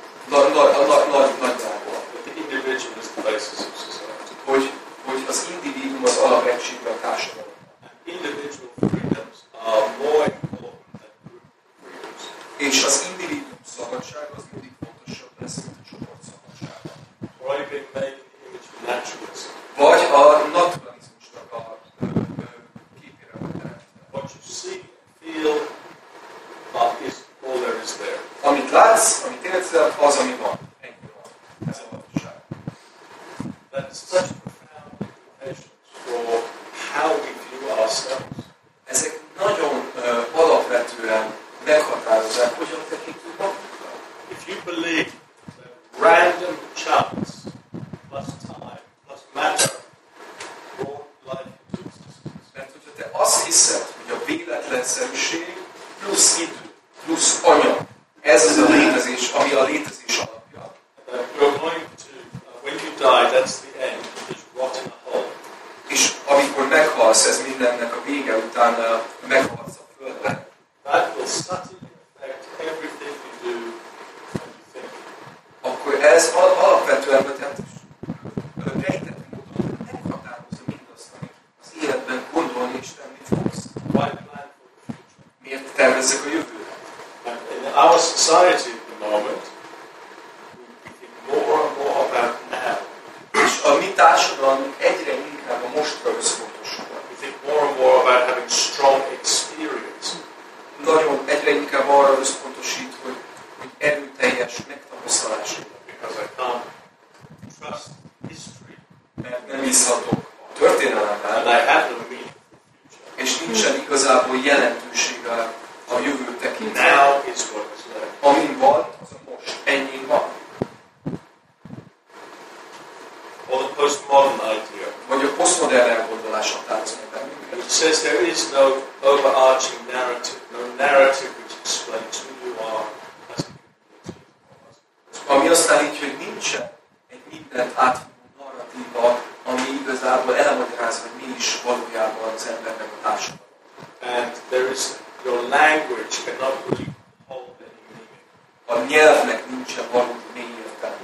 S2: nagyjából,
S1: that the individual is the basis of society.
S2: hogy az individuum az alapegysége a társadalom.
S1: And individual freedoms are more important than group freedoms.
S2: És az individuum szabadság az mindig fontosabb lesz, mint a csoport szabadsága.
S1: Or are you being made in the image of naturalism?
S2: Vagy a naturalizmusnak a képére van teremtve.
S1: What you see and feel is all there is there.
S2: Amit látsz, amit érzel, az, ami van. Ennyi van. Ez a valóság.
S1: That's such profound implications for how we view ourselves.
S2: Ezek nagyon alapvetően meghatározzák, hogyan tekintünk magunkra.
S1: If you believe that random chance plus time plus matter brought life into existence,
S2: Mert hogyha te azt hiszed, hogy a véletlenszerűség plusz idő, plusz anyag, ez az a létezés, ami a létezés alapja.
S1: you're going to, when you die, that's the end, is rot in a hole.
S2: És amikor meghalsz, ez mindennek a vége után meghalsz a földre,
S1: That will subtly affect everything you do and you think.
S2: akkor ez alapvetően tehát rejtett módon meghatározza mindazt, amit az életben gondolni és tenni fogsz.
S1: Why plan for the future?
S2: Miért tervezzek a jövőre?
S1: And in our society at the moment, we think more and more about now.
S2: És a mi társadalmunk egyre inkább a mostra összpontosul.
S1: We think more and more about having strong experience.
S2: Nagyon egyre inkább arra összpontosít, hogy erőteljes megtapasztalás.
S1: Because I can't trust history
S2: Mert nem bízhatok a történelemben,
S1: and I have no meaning for the future.
S2: és nincsen igazából jelentősége a jövő tekintve.
S1: Now is what is left.
S2: Amin van, az a most. Ennyi van.
S1: Or the postmodern idea,
S2: Vagy a posztmodern elgondolás határozza meg bennünket.
S1: which says there is no overarching narrative, no narrative which explains who you are as a community.
S2: Ami azt állítja, hogy nincsen egy mindent átfogó narratíva, ami igazából elmagyarázza, hogy mi is valójában az embernek a társadalom.
S1: And there is, your language cannot really hold any meaning.
S2: A nyelvnek nincsen valódi mély értelme.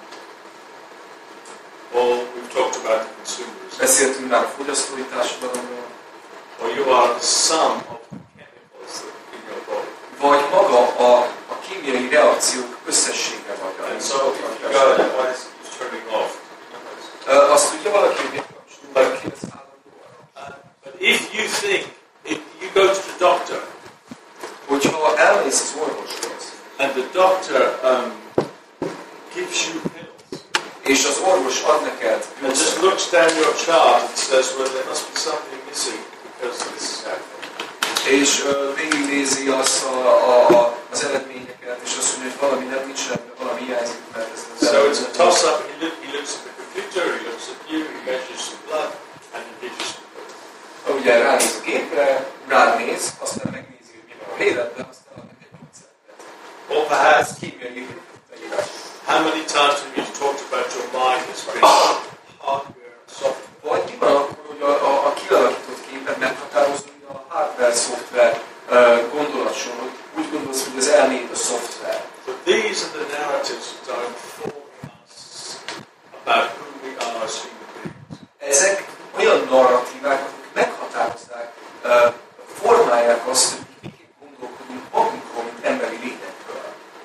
S1: Well, we've talked about the consumers.
S2: Beszéltünk már a fogyasztói társadalomról,
S1: Or you are the sum of the chemicals that are in your body.
S2: vagy maga a kémiai reakciók összessége vagy.
S1: And so if you go, why is it turning off?
S2: Azt tudja valaki, hogy valaki ez állandóan.
S1: But if you think, if you go to the doctor
S2: Hogyha elmész az orvoshoz,
S1: and the doctor gives you pills
S2: és az orvos ad neked,
S1: and just looks down your chart and says, well, there must be something missing because this is happening.
S2: és végignézi azt az eredményeket, és azt mondja, hogy valami nem nincs rendben, valami hiányzik, mert ez az
S1: So it's a
S2: eredmény.
S1: toss-up. He looks at the computer, he looks at you, he measures some blood, and he gives you some pills.
S2: Ugye ránéz a gépre, rád néz, aztán megnézi, hogy mi van a véletben, aztán ad neki egy gyógyszert.
S1: Or perhaps,
S2: Ez kémiai leírás.
S1: how many times have you talked about your mind as being hardware and software?
S2: Vagy mi van akkor, hogy a kialakított képet meghatározza, hogy a hardware-szoftver gondolatsor, hogy úgy gondolsz, hogy az elméd a szoftver.
S1: But these are the narratives that are informing us about who we are as human beings.
S2: Ezek olyan narratívák, amik meghatározzák, formálják azt, hogy miként gondolkodunk magunkról, mint emberi lényekről.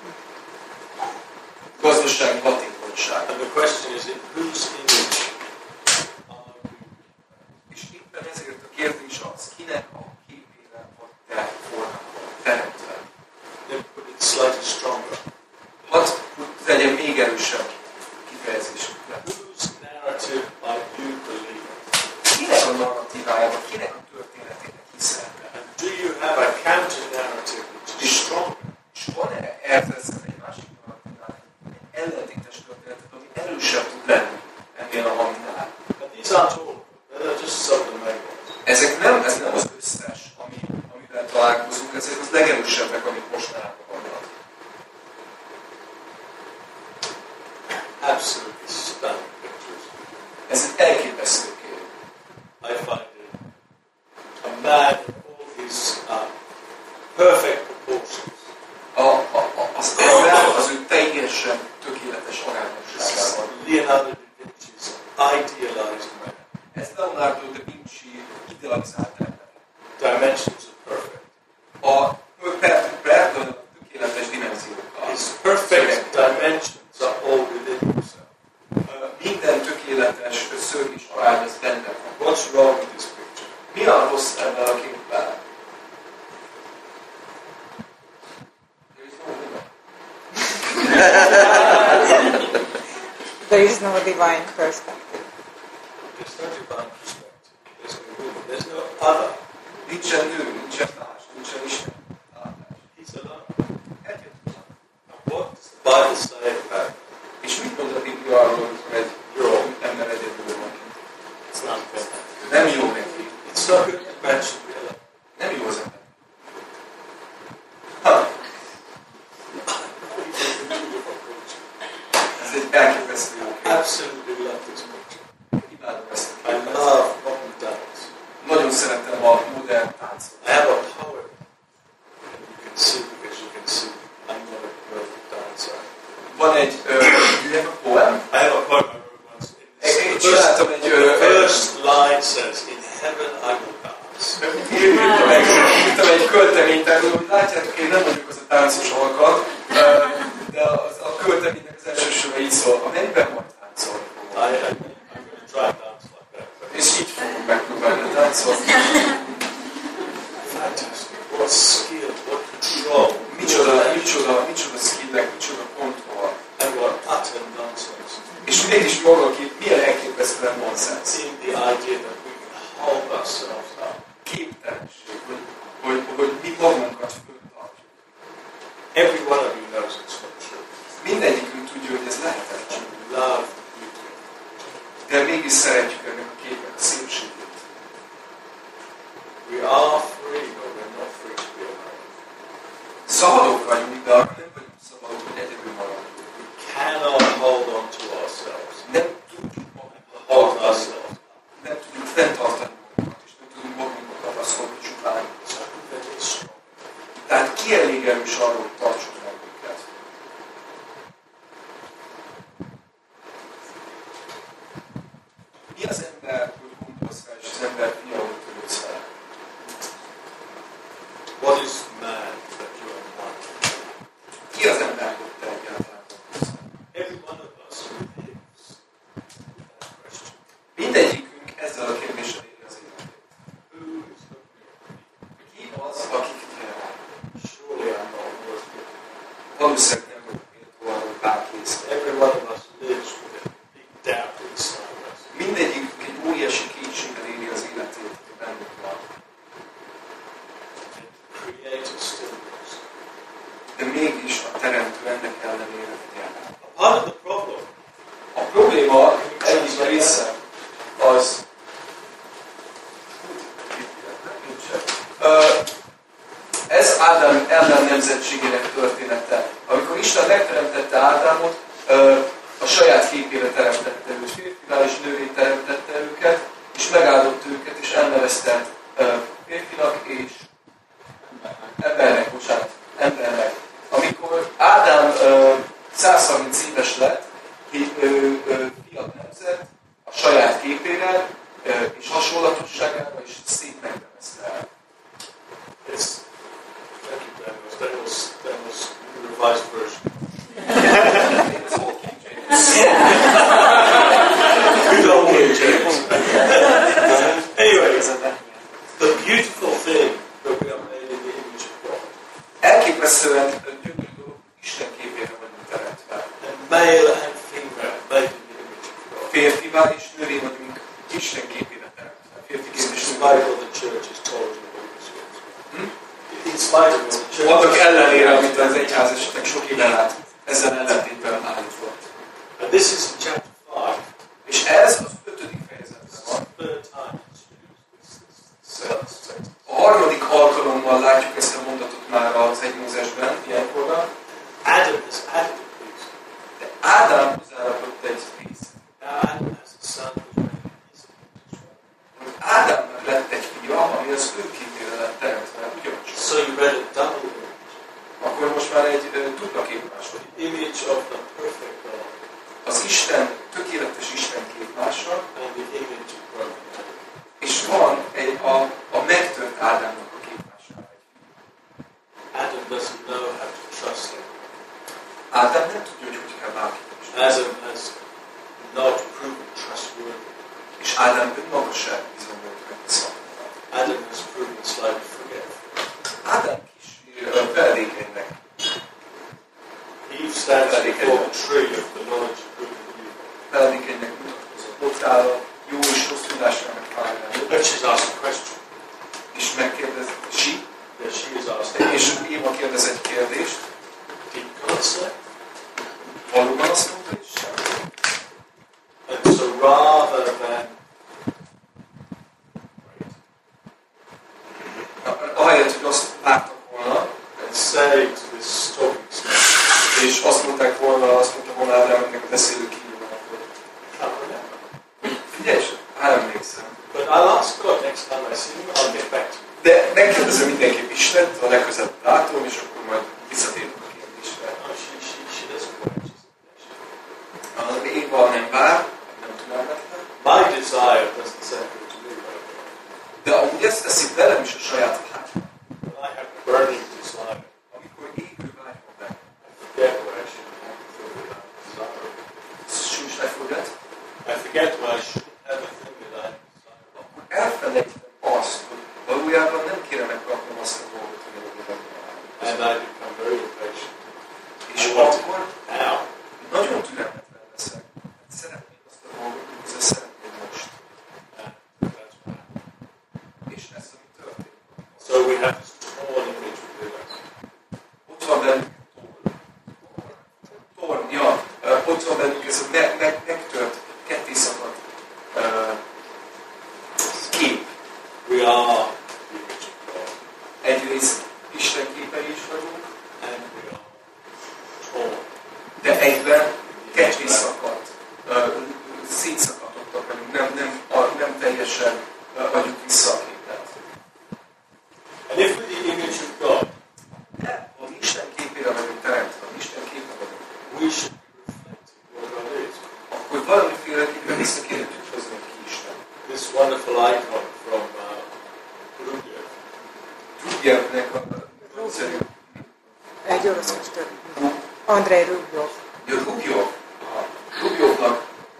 S2: Gazdasági hatékonyság.
S1: And the question is, in whose image are you?
S2: És éppen ezért a kérdés az, kinek a képére vagy te formában teremtve.
S1: Then put it slightly stronger.
S2: Hadd legyen még erősebb kifejezésükre.
S1: Whose narrative are you believing?
S2: Kinek a narratívájában, kinek a történetének hiszel?
S1: And do you have a counter narrative which is stronger?
S2: És van-e ezzel egy másik narratívája, egy ellentétes történetet, ami erősebb tud lenni ennél a haminál?
S1: And these aren't all. They're just some of the main ones.
S2: Ez nem az összes, amivel találkozunk, ezek az legerősebbek, amik mostanában vannak.
S1: Absolutely stunning pictures.
S2: Ez egy elképesztő kép.
S1: I find it a man in all his perfect proportions.
S2: Az teljesen tökéletes arányosságával.
S1: Leonardo da Vinci's idealized man.
S2: Ez Leonardo da Vinci idealizált ember.
S1: Dimensions are perfect.
S2: A tökéletes dimenziókkal.
S1: His perfect dimensions are all within himself.
S2: Minden tökéletes szög és arány az benne van.
S1: What's wrong with this picture?
S2: Mi a rossz ebben a képben?
S4: There is no divine perspective.
S1: There's no divine perspective. There's no woman. There's no other.
S2: Nincsen nő, nincsen más, nincsen Isten.
S1: He's alone. And what does the Bible say about him?
S2: És mit mond a Biblia arról, hogy egy jó ember egyedül van?
S1: It's not good.
S2: Nem jó neki.
S1: It's not good to mention really.
S2: Nem jó az ember. Ez egy elképesztő jó kép.
S1: Absolutely love this picture.
S2: Imádom ezt a
S1: I
S2: képet.
S1: love modern dance.
S2: Nagyon szeretem a modern táncot.
S1: I have a poem. You can see because you can see I'm not a perfect dancer.
S2: Van egy, you have a poem?
S1: I have a poem I wrote once.
S2: Én csináltam egy,
S1: The first line says, "In heaven I will dance."
S2: írtam egy költeményt erről, hogy látjátok, én nem vagyok az a táncos alkat, de a költeménynek az első sora így szól, a mennyben majd táncolni fogom.
S1: I'm going to try and dance like that.
S2: És így fogom megpróbálni táncolni.
S1: Fantastic. What skill, what control.
S2: Micsoda skillek, micsoda kontroll.
S1: And what utter nonsense.
S2: És mégis maga milyen elképesztően nonsens.
S1: In the idea that we can hold ourselves up.
S2: Képtelenség, hogy mi magunkat föltartjuk.
S1: Every one of you knows it's not true.
S2: Mindegyikünk tudja, hogy ez lehetetlen.
S1: Love the beauty.
S2: De mégis szeretjük ennek a képnek a szépségét.
S1: We are free, but we're not free to be alone.
S2: Szabadok vagyunk, de arra nem vagyunk szabadok, hogy egyedül maradjunk.
S1: We cannot hold on to ourselves.
S2: Nem tudjuk magunkat
S1: Hold
S2: tartani,
S1: ourselves.
S2: nem tudjuk fenntartani magunkat, és nem tudunk magunkat kapaszkodni csupán.
S1: So that is strong.
S2: Tehát ki elég erős arról, hogy tartsuk meg őket. Mi az ember, hogy gondolsz rá, és az ember fia, hogy törődsz fel?
S1: What is man that you are not?
S2: Ki az ember, hogy te egyáltalán gondolsz rá?
S1: Every one of us lives with that question.
S2: Mindegyikünk ezzel a kérdéssel éli az életét.
S1: Who is looking at me?
S2: Ki az, aki figyel rá?
S1: Surely I'm not worth it.
S2: Valószínűleg nem vagyok méltó arra, hogy bárki észre.
S1: Every one of us lives with a big doubt inside us.
S2: Mindegyikünk egy óriási kétséggel éli az életét, hogy bennük van.
S1: And the Creator still lives.
S2: De mégis a Teremtő ennek ellenére figyel rá.
S1: A part of the problem
S2: A probléma egyik része az ez Ádám ellen nemzetségének története. Amikor Isten megteremtette Ádámot, a saját képére teremtette őt, férfivá és nővé teremtette őket, és megáldott őket, és elnevezte férfinak és embernek. Amikor Ádám 130 éves lett, fiat nemzett a saját képére és hasonlatosságára, és szép megnevezte el.
S1: is, thank you, that was the revised version. Good old King James. Anyway, the beautiful thing that we are made in the image of God.
S2: Elképesztően gyönyörű dolog, Isten képére vagyunk teremtve.
S1: And male and female made in the image of God.
S2: Férfivá és nővé vagyunk Isten képére teremtve. Férfiként és
S1: In
S2: nővé.
S1: spite of what the church is told you about this. In spite of what the church
S2: Annak ellenére, amit az egyház esetleg sok éven át ezzel ellentétben állított.
S1: And this is in chapter 5.
S2: És ez az 5. fejezetben van.
S1: Third time it's used.
S2: A harmadik alkalommal látjuk ezt a mondatot már az 1 Mózesben, ilyenkorban.
S1: Adam has added a piece.
S2: De Ádám hozzárakott egy részt.
S1: Now Adam has a son who's made in his image as well.
S2: Hogy Ádámnak lett egy fia, ami az ő képére lett teremtve ugyancsak.
S1: So you read a double image.
S2: Akkor most már egy dupla képmással.
S1: The image of the perfect God
S2: Az Isten, tökéletes Isten képmása,
S1: and the image of broken Adam.
S2: és van a megtört Ádámnak a képmása.
S1: Adam doesn't know how to trust him.
S2: Ádám nem tudja, hogy kell bárkit is.
S1: Adam has not proven trustworthy.
S2: És Ádám önmaga sem bizonyult meg szakmára.
S1: Adam has proven slow to forget.
S2: Ádám kis feledékenynek.
S1: Eve stands before the tree of the knowledge of good and evil.
S2: Feledékenynek mutatkozott. Ott áll a jó és rossz tudásnak fájlán.
S1: But she's asked a question.
S2: És megkérdez,
S1: Yes, she is asked.
S2: és Éva kérdez egy kérdést.
S1: Did God say?
S2: Valóban azt mondta Isten?
S1: And so rather than
S2: Ahelyett, hogy azt vártak volna,
S1: and say to this talking snake,
S2: és azt mondták volna, Ádám ennek a beszélő kívülnek, hogy
S1: can't remember.
S2: figyelj, emlékszem.
S1: But I'll ask God next time I see him, I'll get back to you.
S2: De megkérdezem mindenképp Istent, a legközelebb látom, és akkor majd visszatérünk a kérdésre.
S1: No, she doesn't wait.
S2: Éva nem vár, nem türelmetlen.
S1: My desire doesn't say good to me, but
S2: De amúgy ezt teszi velem is a saját hátam.
S1: when I have a burning desire,
S2: Amikor égő vágy van bennem,
S1: I forget what I should have for that desire.
S2: súlyos lefogyat,
S1: I forget when I should have a thing that I desire.
S2: akkor elfelejtem azt, hogy valójában nem kéne megkapnom azt a dolgot, hogy én
S1: And I become very impatient.
S2: És
S1: I want
S2: akkor
S1: it now.
S2: nagyon türelmetlen leszek. Szeretném azt a dolgot, hogy ezt szeretném most.
S1: And that's what happens.
S2: És ez, ami történik.
S1: So we have this torn image within us.
S2: Ott van bennünk tornya, ott van bennünk ez a megtört, kettészakadt kép.
S1: We are the image of God.
S2: Egyrészt Isten képei is vagyunk,
S1: And we are torn.
S2: de egyben kettészakadt, szétszakadottak vagyunk, nem teljesen adjuk vissza a képet.
S1: And if we're the image of God,
S2: Ha Isten képére vagyunk teremtve, ha Isten képe vagyunk,
S1: we should be reflecting what God is.
S2: akkor valamiféleképpen vissza kéne tükrözni ki Isten.
S1: This wonderful icon from Rubiev.
S2: Rubjevnek a rendszerű
S4: Egy orosz festő. Andrei Rubjov.
S2: Rubjovnak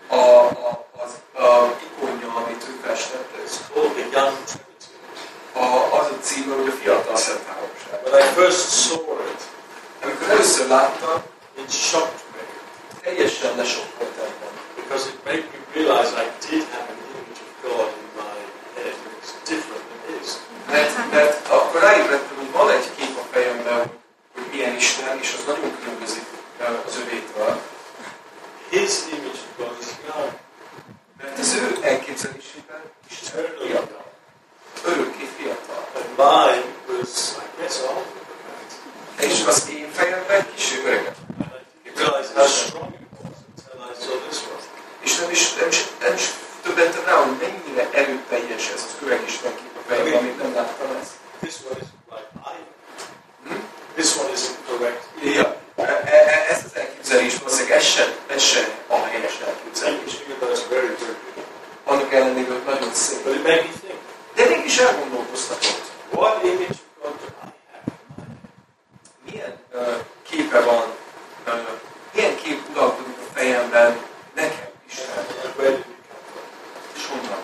S2: az ikonja, amit ő festett,
S1: It's called the Young Trinity.
S2: az a címe, hogy a fiatal szent háromság.
S1: When I first saw it,
S2: Amikor először láttam,
S1: it shocked me
S2: teljesen lesokkolt engem.
S1: because it made me realize I did have an image of God in my head. It's different than his.
S2: Mert akkor ráébredtem, hogy van egy kép a fejemben, hogy milyen Isten, és az nagyon különbözik az övétől.
S1: His image of God is young,
S2: Mert az ő elképzelésében Isten
S1: eternally
S2: fiatal,
S1: young.
S2: örökké fiatal.
S1: And mine was, I guess, older.
S2: És az én fejemben kicsi öregebb.
S1: And I didn't realize how strong it was until I saw this one.
S2: És nem is többentem rá, hogy mennyire erőteljes ez az öreg Isten kép a fejemben, amit nem láttam ezt.
S1: This one isn't like either. This one isn't correct.
S2: Ja, ez az elképzelés, valószínűleg ez sem a helyes elképzelés.
S1: Even though it's very, very good.
S2: Annak ellenére, hogy nagyon szép.
S1: But it made me think,
S2: De mégis elgondolkoztatott.
S1: what image of God do I have?
S2: Milyen képe van, milyen kép uralkodik a fejemben nekem Isten,
S1: And where did it come from?
S2: és honnan.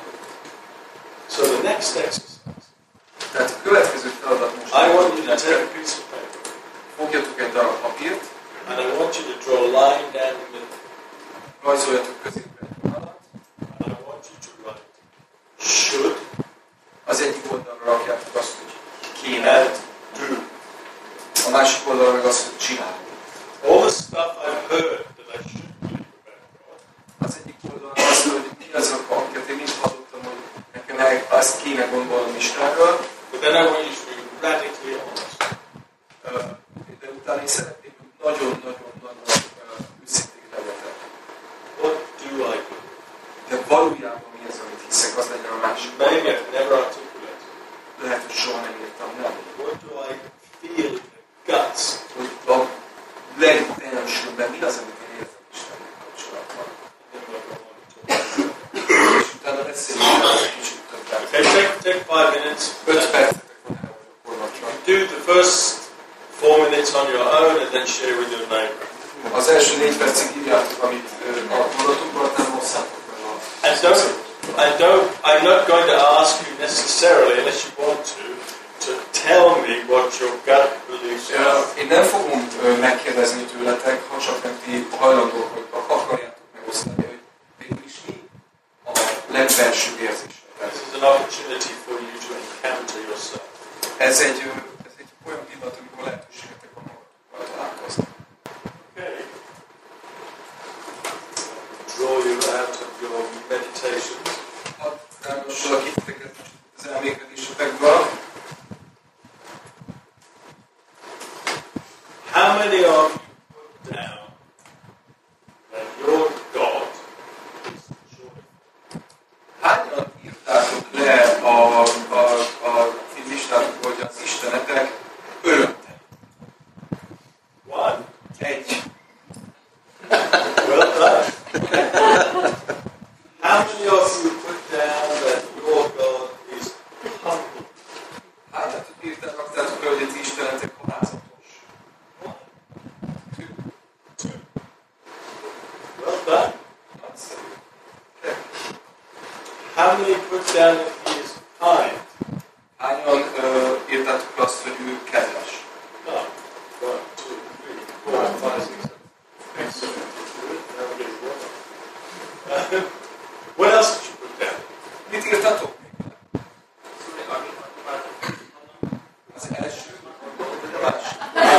S1: So the next exercise,
S2: Tehát a következő feladat most,
S1: I want you to take a piece of paper
S2: fogjatok egy darab papírt,
S1: and I want you to draw a line down the middle.
S2: rajzoljatok középre egy vonalat,
S1: And I want you to write should
S2: az egyik oldalra rakjátok azt, hogy kéne,
S1: and do.
S2: a másik oldalra meg azt, hogy csinálni.
S1: All the stuff I've heard that I should do about God.
S2: Az egyik oldalon az, hogy mi azok, amiket én mind hallottam, hogy nekem azt kéne gondolnom Istenről,
S1: But then I want you to be radically honest.
S2: de utána én szeretném, hogy nagyon-nagyon őszintén legyetek.
S1: What do I do?
S2: De valójában mi az, amit hiszek, az legyen a másik.
S1: Maybe I've never articulated.
S2: Lehet, hogy soha nem írtam, nem.
S1: What do I feel in the guts?
S2: Hogy legelsőben mi az, amit én értek Istennel kapcsolatban? És utána beszéljünk egy kicsit többet.
S1: Okay, take 5 minutes.
S2: 5 percetek van erre a gyakorlatra.
S1: Do the first 4 minutes on your own and then share with your neighbor.
S2: Az első 4 percig írjátok, amit a mondatunkban nem hozzátok meg
S1: I'm not going to ask you necessarily, unless you want to tell me what your gut believes are.
S2: Én nem fogom megkérdezni tőletek, ha csak nem ti hajlandók, hogy akarjátok megosztani, hogy végül is mi a legbelsőbb érzésetek.
S1: This is an opportunity for you to encounter yourself.
S2: Ez egy olyan pillanat, amikor lehetőségetek van magatokkal találkozni.
S1: Okay. Draw you out of your meditations.
S2: Ráadásul kititeket az elmékedésetekből.
S1: How many of you put down that your God is joyful?
S2: Hányan írtátok le a listátok, hogy az Istenetek örömteli?
S1: One.
S2: Egy.
S1: Well done. How many of you put down that your God is humble?
S2: Hányatok írtátok le, hogy az Istenetek halázatos?
S1: Two. Well done.
S2: Nagyszerű.
S1: How many put down that he is kind?
S2: Hányan írtátok le azt, hogy ő kedves?
S1: No. 1, 2, 3, 4, 5, 6, 7. Excellent. Good. Now we're getting one. What else did you put down?
S2: Mit írtatok? Az első, vagy a másik?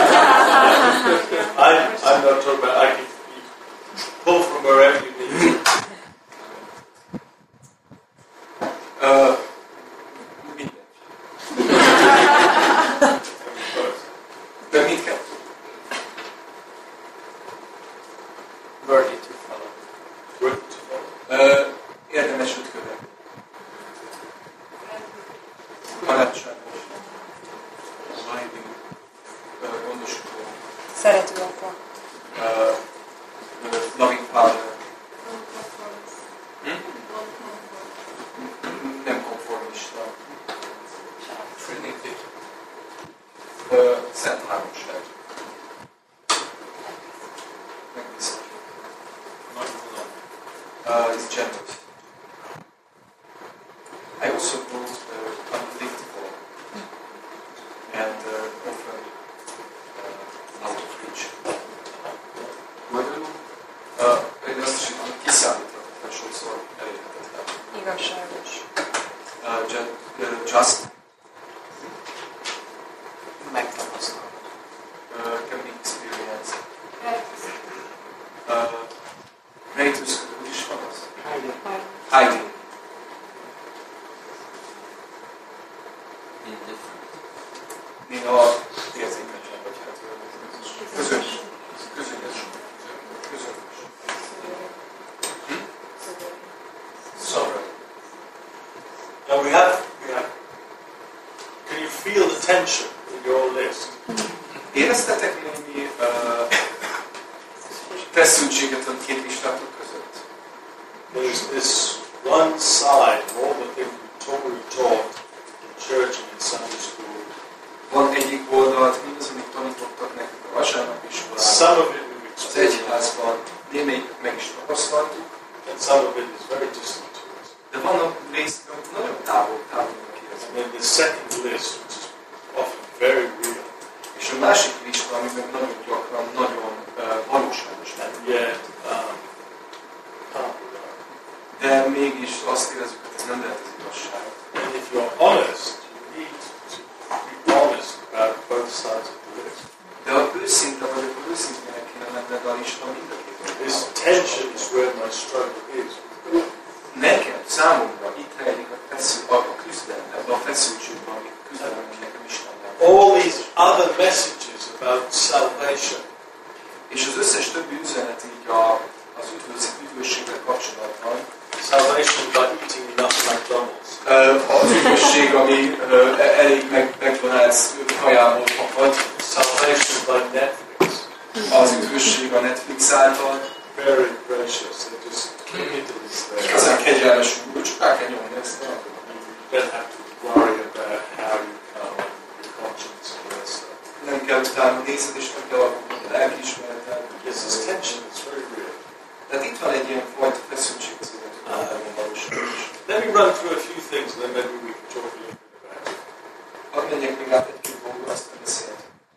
S1: I'm not talking about. I can pull from wherever you need.
S2: Mindegy. De mindkettő.
S5: Worthy to follow.
S1: Work to follow.
S2: Érdemes őt követni. Barátságos. Vágyó. Gondoskodó.
S4: Szerető apa.
S2: Loving father. Nem konformista.
S5: Trinity.
S2: Szent háromság. Megbízható. Is generous. I also wrote unpredictable and often out of reach. Magyarul én azt is írom, kiszámíthatatlan, sokszor elérhetetlen.
S4: Igazságos.
S2: Just
S5: Megtapasztal.
S2: can be experienced. Rejtőzködő, hogy is van az? Hiding. Néha érzékenyen vagy hát közös.
S1: Sorry. Now we have. Can you feel the tension in your list?
S2: Éreztetek némi feszültséget a két listátok között?
S1: There's this one side of all the things we taught in church and in Sunday school.
S2: Van egyik oldalt, mindaz, amit tanítottak nekünk a vasárnapi iskolában,
S1: Some of it we've
S2: az
S1: experienced,
S2: egyházban, némelyiket meg is tapasztaltuk,
S1: and some of it is very distant to us.
S2: de vannak részek, amit nagyon távolnak
S1: And
S2: érzünk.
S1: then the second list, which is often very real,
S2: És a másik lista, ami meg nagyon gyakran, nagyon valóságos lett.
S1: and yet can't be right.
S2: De mégis azt érezzük, hogy ez nem lehet az igazság.
S1: And if you're honest, you need to be honest about both sides of the list.
S2: De ha őszinte vagy, akkor őszintének kéne lenned a lista mind a két
S1: This
S2: oldalon.
S1: tension is where my struggle is.
S2: Nekem, számomra itt rejlik a küzdelem, ebben a feszültségben, amit küzdelem nekem Istennel.
S1: All these other messages about salvation,
S2: És az összes többi üzenet így az üdvösséggel kapcsolatban,
S1: salvation by eating enough McDonald's,
S2: az üdvösség, ami elég McDonald's kajából fakad,
S1: salvation by Netflix,
S2: az üdvösség a Netflix által.
S1: Very precious. They just it is there.
S2: Igazán kegyelmes úr, csak rá kell nyomni ezt.
S1: You don't have to worry about how you come on your conscience and all that stuff.
S2: Nem kell utána nézed, és nem kell alkotni a lelkiismeretet.
S1: Yes, this tension is very real.
S2: Tehát itt van egy ilyen fajta feszültség az életünkben valóságban is.
S1: Let me run through a few things and then maybe we can talk a little bit about it.
S2: Hadd menjek még át egy-két dolgot, aztán beszélhetünk.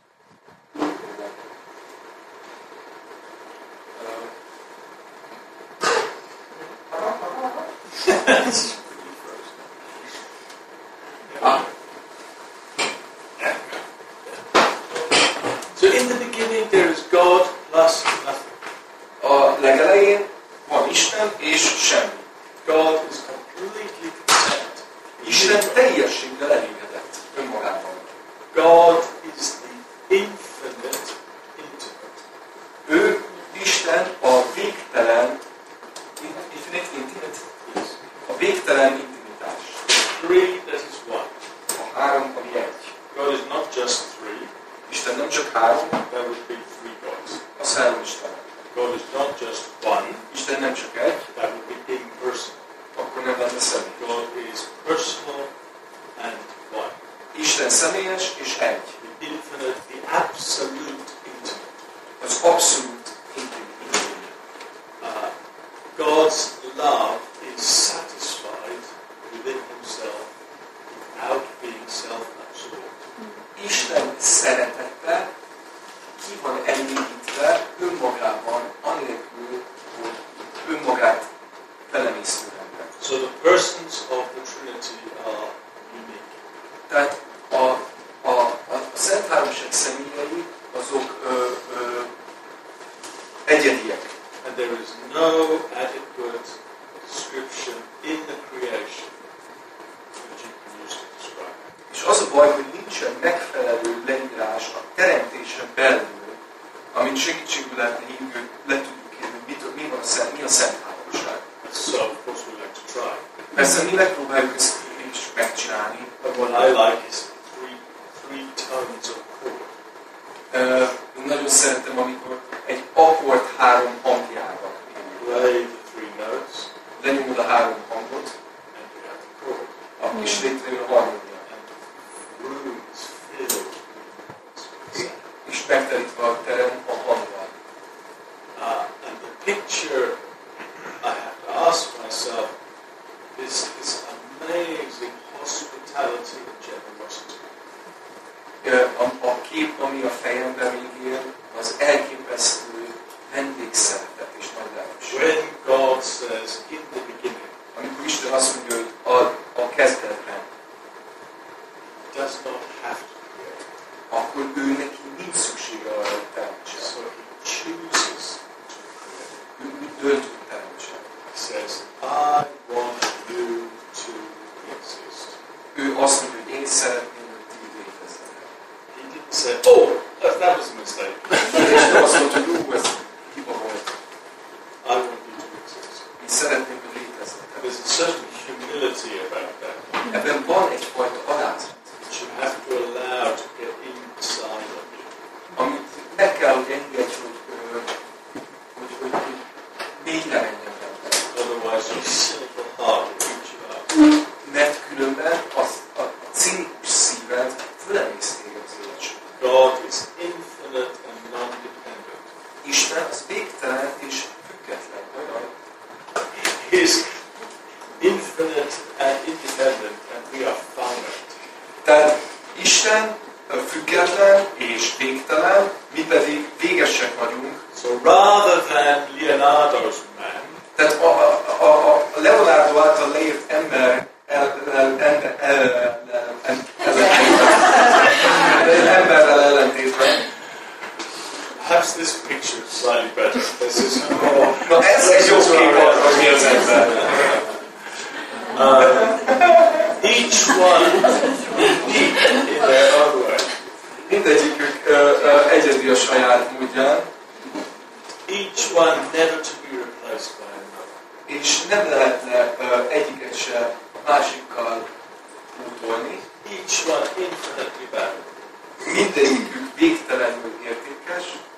S1: So in the beginning there is God plus nothing.
S2: A legelején van Isten és semmi.
S1: God is completely content.
S2: Isten teljességgel elégedett önmagában.
S1: God is the infinite intimate.
S2: Ő Isten a végtelen, intimate,
S1: Yes.
S2: a végtelen intimitás.
S1: Three, that is one.
S2: A három, ami egy.
S1: God is not just three.
S2: Isten nem csak három,
S1: That would be three gods.
S2: az három Isten.
S1: God is not just one.
S2: Isten nem csak egy,
S1: That would be impersonal.
S2: akkor nem lenne személy.
S1: God is personal and one.
S2: Isten személyes és egy.
S1: The infinite, the absolute intimate.
S2: Az abszolút intim.
S1: God's love is satisfied within himself without being self-absorbed.
S2: Isten szeretete ki van elégítve önmagában, anélkül, hogy önmagát belemésztő ember.
S1: So the persons of the Trinity are unique.
S2: Tehát a Szent Háromság személyei azok egyediek.
S1: And there is no adequate description in the creation that you can use to describe it.
S2: És az a baj, hogy nincsen megfelelő leírás a teremtésen belül, amit segítségül lehetne hívni, hogy le tudjuk írni, mi a Szent Háromság.
S1: So of course we like to try.
S2: Persze mi megpróbáljuk ezt is megcsinálni.
S1: But what I like is three tones of chord.
S2: Én nagyon szeretem, amikor egy akkord három hangjával
S1: Play the three notes
S2: lenyomod a három hangot,
S1: and you have the chord.
S2: és létrejön a harmónia.
S1: And the room is filled with notes.
S2: És megterítve a terem a hanggal.
S1: And the picture I have to ask myself is this amazing hospitality and generosity.
S2: A kép, ami a fejemben még él, az elképesztő vendégszeretet és nagy lelkiség.
S1: When God says in the beginning,
S2: Amikor Isten azt mondja, hogy a kezdetben,
S1: He does not have to create.
S2: akkor ő neki nincs szüksége arra, hogy teremtsen.
S1: So He chooses to create.
S2: Ő úgy dönt, hogy teremtsen.
S1: He says, I want you to exist.
S2: Ő azt mondja, hogy én szeretném, hogy ti létezzetek.
S1: He didn't say, oh, that was a mistake.
S2: És azt mondta, hogy jó, ez hiba volt.
S1: I want you to exist.
S2: Én szeretném, hogy létezzetek.
S1: There's a certain humility about that,
S2: Ebben van egyfajta alázat,
S1: which you have to allow to get inside of you.
S2: amit meg kell, hogy engedj, hogy mélyre menjen benne.
S1: Otherwise, your cynical heart will eat you up.
S2: Mert különben a cinikus szíved fölemész téged az élet során.
S1: God is infinite and non-dependent.
S2: Isten az végtelen és független.
S1: He is infinite and independent, and we are finite.
S2: Tehát Isten független és végtelen, mi pedig végesek vagyunk.
S1: So rather than Leonardo's man,
S2: Tehát a Leonardo által leírt emberrel ellentétben.
S1: perhaps this picture is slightly better. This is more.
S2: Na ez egy jó kép arra, hogy mi az ember.
S1: Each one unique in their own way.
S2: Mindegyikük egyedi a saját módján,
S1: Each one never to be replaced by another.
S2: és nem lehetne egyiket se a másikkal pótolni.
S1: Each one infinitely valuable.
S2: Mindegyikük végtelenül értékes,
S1: And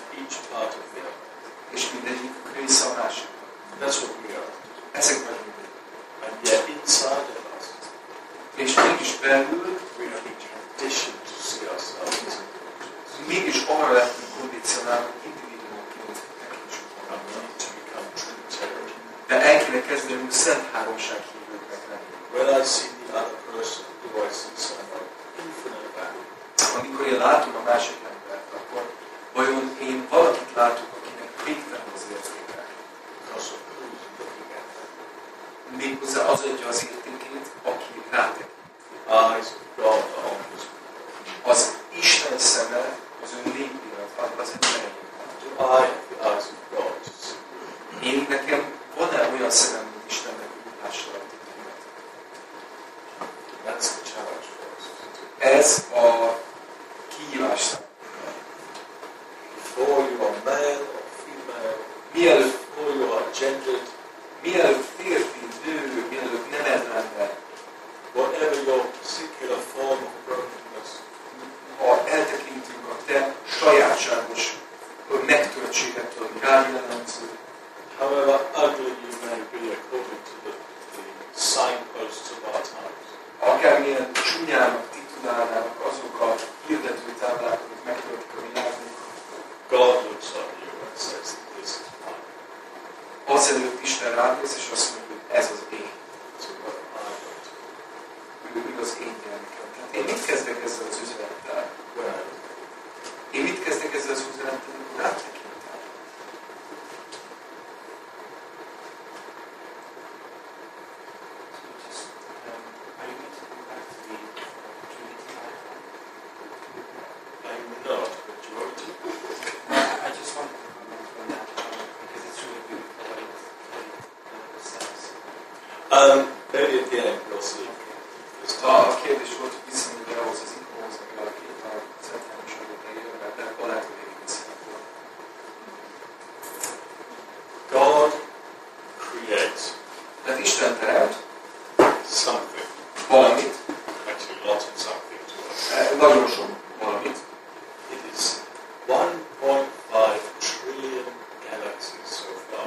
S1: each part of the other.
S2: És mindegyik része a másik.
S1: That's what we are.
S2: Ezek vagyunk.
S1: And yet inside of us,
S2: És mégis belül,
S1: we have been conditioned to see ourselves as individuals.
S2: mégis arra lettünk kondicionálva, hogy individuumként tekintsünk
S1: And we
S2: magunkra.
S1: need to become Trinitarian.
S2: De el kéne kezdenünk szent háromság hívőknek lenni.
S1: When I see the other person, do I see someone infinite value?
S2: Amikor én látom a másik embert, akkor vajon én valakit látok, akinek végtelen az értéke?
S1: Because of who's looking at them.
S2: Méghozzá az adja az értékét, aki rátekint.
S1: Eyes of God are on his
S2: Az Isten szeme az ön lépillanatban az emberi.
S1: Do I have the eyes of God to see?
S2: Én nekem van-e olyan szemem, mint Istennek, hogy lássa a titeket?
S1: That's the challenge for us, isn't it?
S2: Ez a kihívás számunkra.
S1: Before you are male or female,
S2: Mielőtt,
S1: before you are gendered,
S2: mielőtt férfi, nő, mielőtt nemed lenne,
S1: whatever your particular form of brokenness,
S2: ha eltekintünk a te sajátságos megtörtségettől, ami rád jellemző,
S1: however ugly you may be according to the signposts of our times,
S2: akármilyen csúnyának titulálnának azok a hirdetőtáblák, amik megtöltik a világunk,
S1: God looks on you and says that this is mine.
S2: azelőtt Isten rád néz, és azt mondja, hogy ez az én.
S1: So what am I going to do?
S2: Ő az én gyermekem. Tehát én mit kezdek ezzel az üzenettel?
S1: When I look at you?
S2: Én mit kezdek ezzel az üzenettel, amikor áttekintem?
S1: I'm not, but you want to.
S5: I just want to comment on that because it's really beautiful what it says.
S1: Maybe at the end we'll see.
S2: A kérdés volt, hogy visszamegyek ahhoz az ikonhoz, meg a két a centrálmuságot elérve, mert a lehet, hogy végig visszamegyek.
S1: God creates
S2: Tehát Isten teremt
S1: something,
S2: valamit,
S1: actually lots of something to us.
S2: nagyon sok valamit.
S1: It is 1.5 trillion galaxies so far.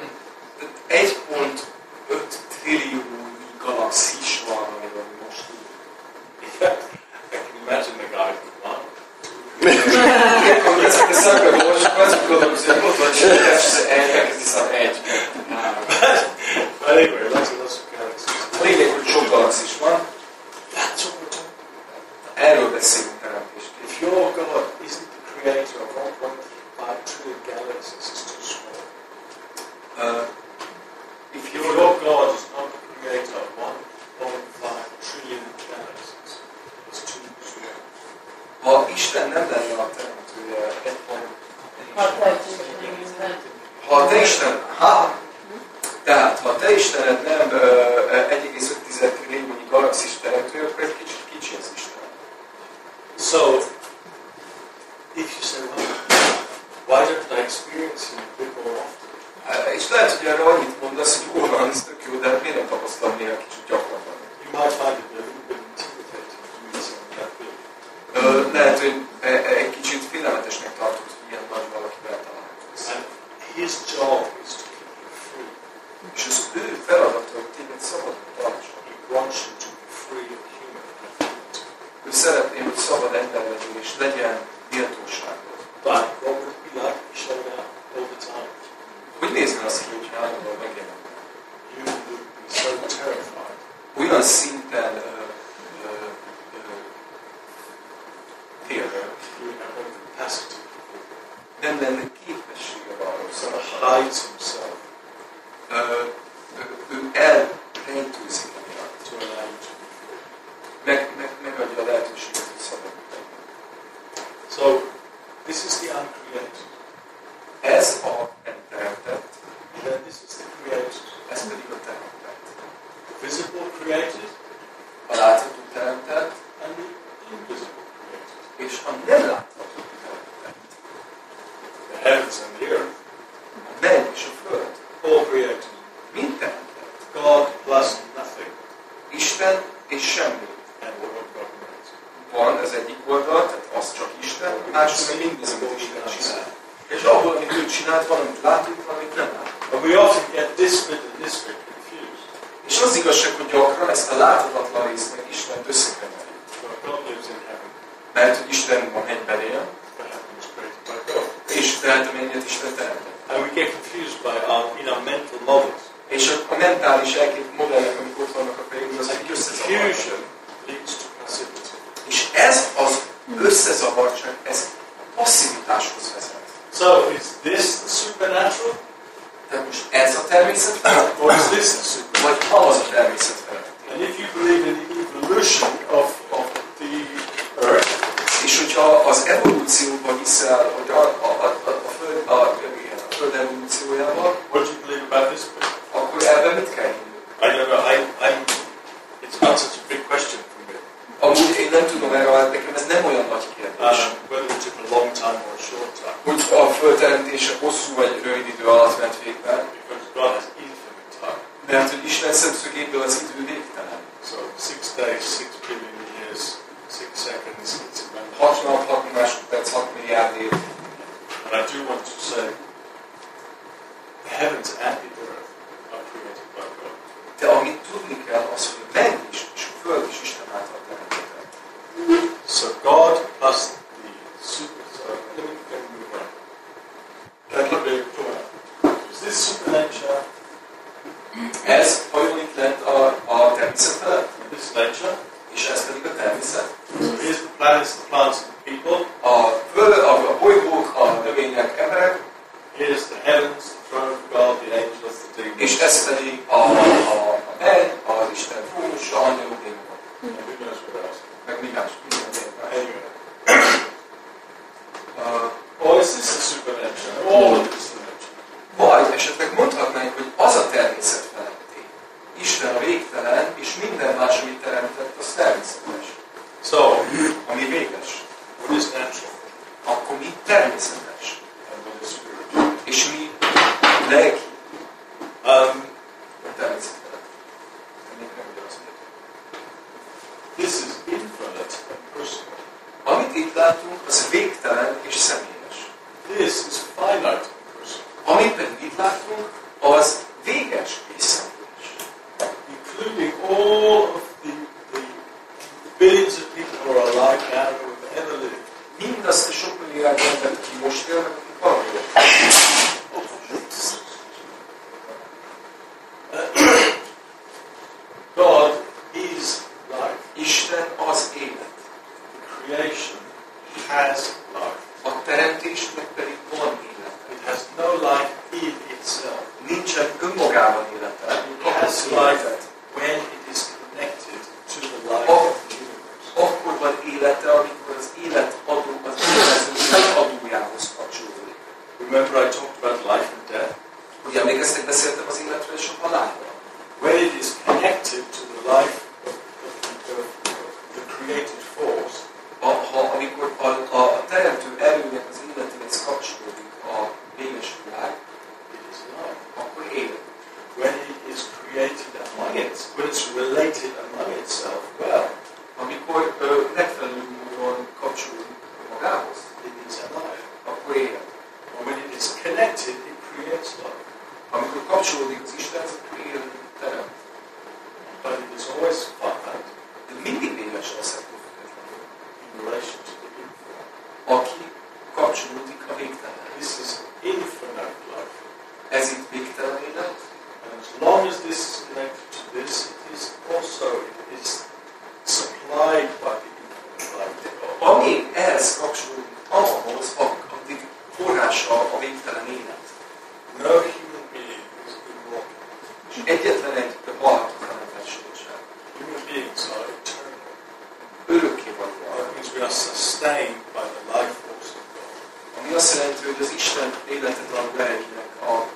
S2: 1,5 trilliónyi galaxis van, amiről mi most tudunk.
S1: In fact, I can imagine the guy with one.
S2: Amikor ezeket szakadó, csak azt gondolom, hogy ott van, és elkezdi szám egy.
S1: But anyway, lots of galaxies.
S2: A lényeg, hogy sok galaxis van,
S1: That's what we're talking
S2: erről beszélünk teremtésként.
S1: If your God isn't the creator of 1.5 trillion galaxies, it's too small. If your God is not the creator of 1.5 trillion galaxies, it's too small.
S2: Ha Isten nem lenne a teremtője, ha te Isten, tehát ha te Istened nem 1,5 trilliónyi galaxis teremtője, akkor egy kicsit kicsi az Isten.
S1: So, if you say, well, why don't I experience him a bit more often?
S2: És lehet, hogy erre annyit mondasz, hogy jó van, ez tök jó, de hát miért nem tapasztalom néha kicsit gyakrabban?
S1: You might find it a little bit intimidating to meet someone that big.
S2: Lehet, hogy egy kicsit félelmetesnek tartod, hogy ilyen nagy valakivel találkozz.
S1: And his job is to keep you free.
S2: És az ő feladata, hogy téged szabadon tartson.
S1: He wants you to be free of human activity.
S2: Ő szeretné, hogy szabad ember legyél, és legyen méltóságod.
S1: But what would it be like if he showed up all the time?
S2: Hogy nézne az ki, hogyha állandóan megjelenne?
S1: You would be so terrified.
S2: Olyan szinten félve,
S1: You would have no capacity
S2: nem lenne képessége arra, hogy
S1: to
S2: szabadon
S1: hide himself
S2: ő elrejtőzik emiatt.
S1: to allow you to be free.
S2: Megadja a lehetőséget, hogy szabadon legyen.
S1: So, this is the uncreated.
S2: Ez a nem teremtett,
S1: And then this is the created.
S2: ez pedig a teremtett.
S1: The visible created
S2: A látható teremtett,
S1: and the invisible created.
S2: és a nem látható teremtett.
S1: The heavens and the earth,
S2: A menny és a föld,
S1: all created.
S2: mind teremtett.
S1: God plus nothing.
S2: Isten és semmi.
S1: And what God made.
S2: Van az egyik oldal, tehát az csak Isten, a másik meg mindaz, amit Isten csinál. És ő csinált, valamit látunk, valamit nem látunk.
S1: And we often get this bit and this bit confused.
S2: És az igazság, hogy gyakran ezt a láthatatlan részt meg Istent összekeverjük.
S1: Well, God lives in heaven.
S2: Mert hogy Isten a mennyben él,
S1: The heaven was created by God.
S2: és tehát a mennyet Isten teremtett.
S1: And we get confused by our mental models.
S2: És a mentális elkép modellek, amik ott vannak a fejünkben, az egy összezavarság.
S1: Confusion leads to passivity.
S2: És ez az összezavartság, ez passzivitáshoz vezet.
S1: So, is this the supernatural?
S2: Tehát most ez a természetfeletti,
S1: Or is this the supernatural?
S2: vagy az a természetfeletti?
S1: And if you believe in the evolution of the earth,
S2: És hogyha az evolúcióban hiszel, hogy a Föld evolúciójával,
S1: what do you believe about this bit?
S2: akkor ebben mit kell hinni?
S1: I don't know. It's not such a big question for me.
S2: Amúgy én nem tudom erre, nekem ez nem olyan nagy kérdés.
S1: Whether it took a long time or a short time.
S2: Hogy a Föld teremtése hosszú vagy rövid idő alatt ment végbe,
S1: Because God has infinite time.
S2: mert hogy Isten szemszögéből az idő végtelen.
S1: So 6 days, 6 billion years, 6 seconds, it's a
S2: 6 nap, 6 másodperc, 6 milliárd év.
S1: And I do want to say, the heavens and the earth are created by God.
S2: De amit tudni kell, az, hogy a menny is, és a Föld is Isten által teremtettek.
S1: So God plus the super. So let me move on. Is this supernature?
S2: Ez hajlik lett a természet felett,
S1: This nature?
S2: és ez pedig a természet.
S1: So here's the planets, the plants, and the people.
S2: A bolygók, a növények, emberek,
S1: Here's the heavens, the throne of God, the angels, the demons.
S2: és ez pedig a menny, az Isten trónus, a angyalok, démonok.
S1: And who knows what else?
S2: Meg mi más, minden más.
S1: Anyway. Or is this a supernatural? All of this is nature.
S2: Vagy esetleg mondhatnánk, hogy az a természet feletti. Isten a végtelen, és minden más, amit teremtett, az természetes.
S1: So,
S2: Ami véges.
S1: what is natural?
S2: Akkor mi természetes.
S1: And what is spiritual?
S2: És mi lelki, vagy természet felett. Még nem ugyanaz.
S1: This is infinite and personal.
S2: Amit itt látunk, az végtelen és személyes.
S1: This is finite and personal.
S2: Amit pedig itt látunk, az véges és személyes.
S1: Including all of the billions of people who are alive now who have ever lived.
S2: Mindazt a sok milliárd embert, aki most élnek, akik valahol.
S1: God is life.
S2: Isten az élet.
S1: Creation has life.
S2: A teremtésnek pedig van élete.
S1: It has no life in itself.
S2: Nincsen önmagában élete.
S1: It has life when it is connected to the life of the universe.
S2: Akkor van élete, amikor az életadó, az életadójához kapcsolódik.
S1: Remember I talked about life and death?
S2: Ugye emlékeztek, beszéltem az életről és a halálról.
S1: When it is connected to the life of the created force,
S2: Amikor a teremtő erőnek az életéhez kapcsolódik a véges világ,
S1: it is life.
S2: akkor élet.
S1: When it is created among it, when it's related among itself, well,
S2: Amikor megfelelő módon kapcsolódik magához,
S1: it is alive.
S2: akkor élet.
S1: And when it is connected, it creates life.
S2: Amikor kapcsolódik az Istenhez, akkor élet terem.
S1: But it is always finite
S2: De mindig véges lesz ettől függetlenül.
S1: in relation to the infinite.
S2: Aki kapcsolódik a végtelenhez.
S1: This is infinite life.
S2: Ez itt végtelen élet,
S1: And as long as this is connected to this, it is also it is supplied by the infinite life.
S2: amíg ehhez kapcsolódik ahhoz, addig forrása a végtelen élet.
S1: No human being is immortal.
S2: És egyetlen egy halhatatlan ember sincsen.
S1: Human beings are eternal.
S2: Örökké vagyunk.
S1: That means we are sustained by the life force of God.
S2: Ami azt jelenti, hogy az Isten életet adó erejének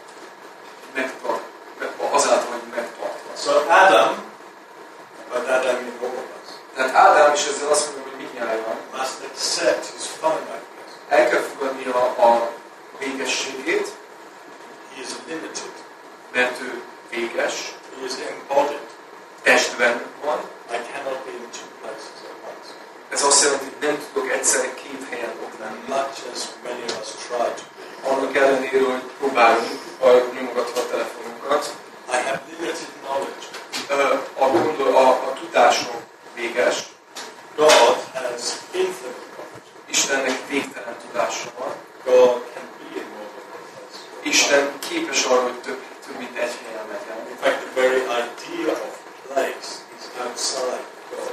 S2: azáltal, hogy megtartva.
S1: So Adam, by that I mean all of us,
S2: Tehát Ádám is ezzel azt mondja, hogy mindnyájan
S1: must accept his finiteness.
S2: el kell fogadni a végességét,
S1: He is limited.
S2: mert ő véges,
S1: He is embodied.
S2: testben van.
S1: I cannot be in two places at once.
S2: Ez azt jelenti, hogy nem tudok egyszerre két helyen ott lenni.
S1: Much as many of us try to be.
S2: Annak ellenére, ellenére, hogy próbálunk, nyomogatva a telefonunkat,
S1: I have limited knowledge.
S2: a tudásom véges,
S1: God has infinite knowledge.
S2: Istennek végtelen tudása van,
S1: God can be in more than one place.
S2: Isten képes arra, hogy több mint egy helyen legyen.
S1: In fact, the very idea of place is outside God.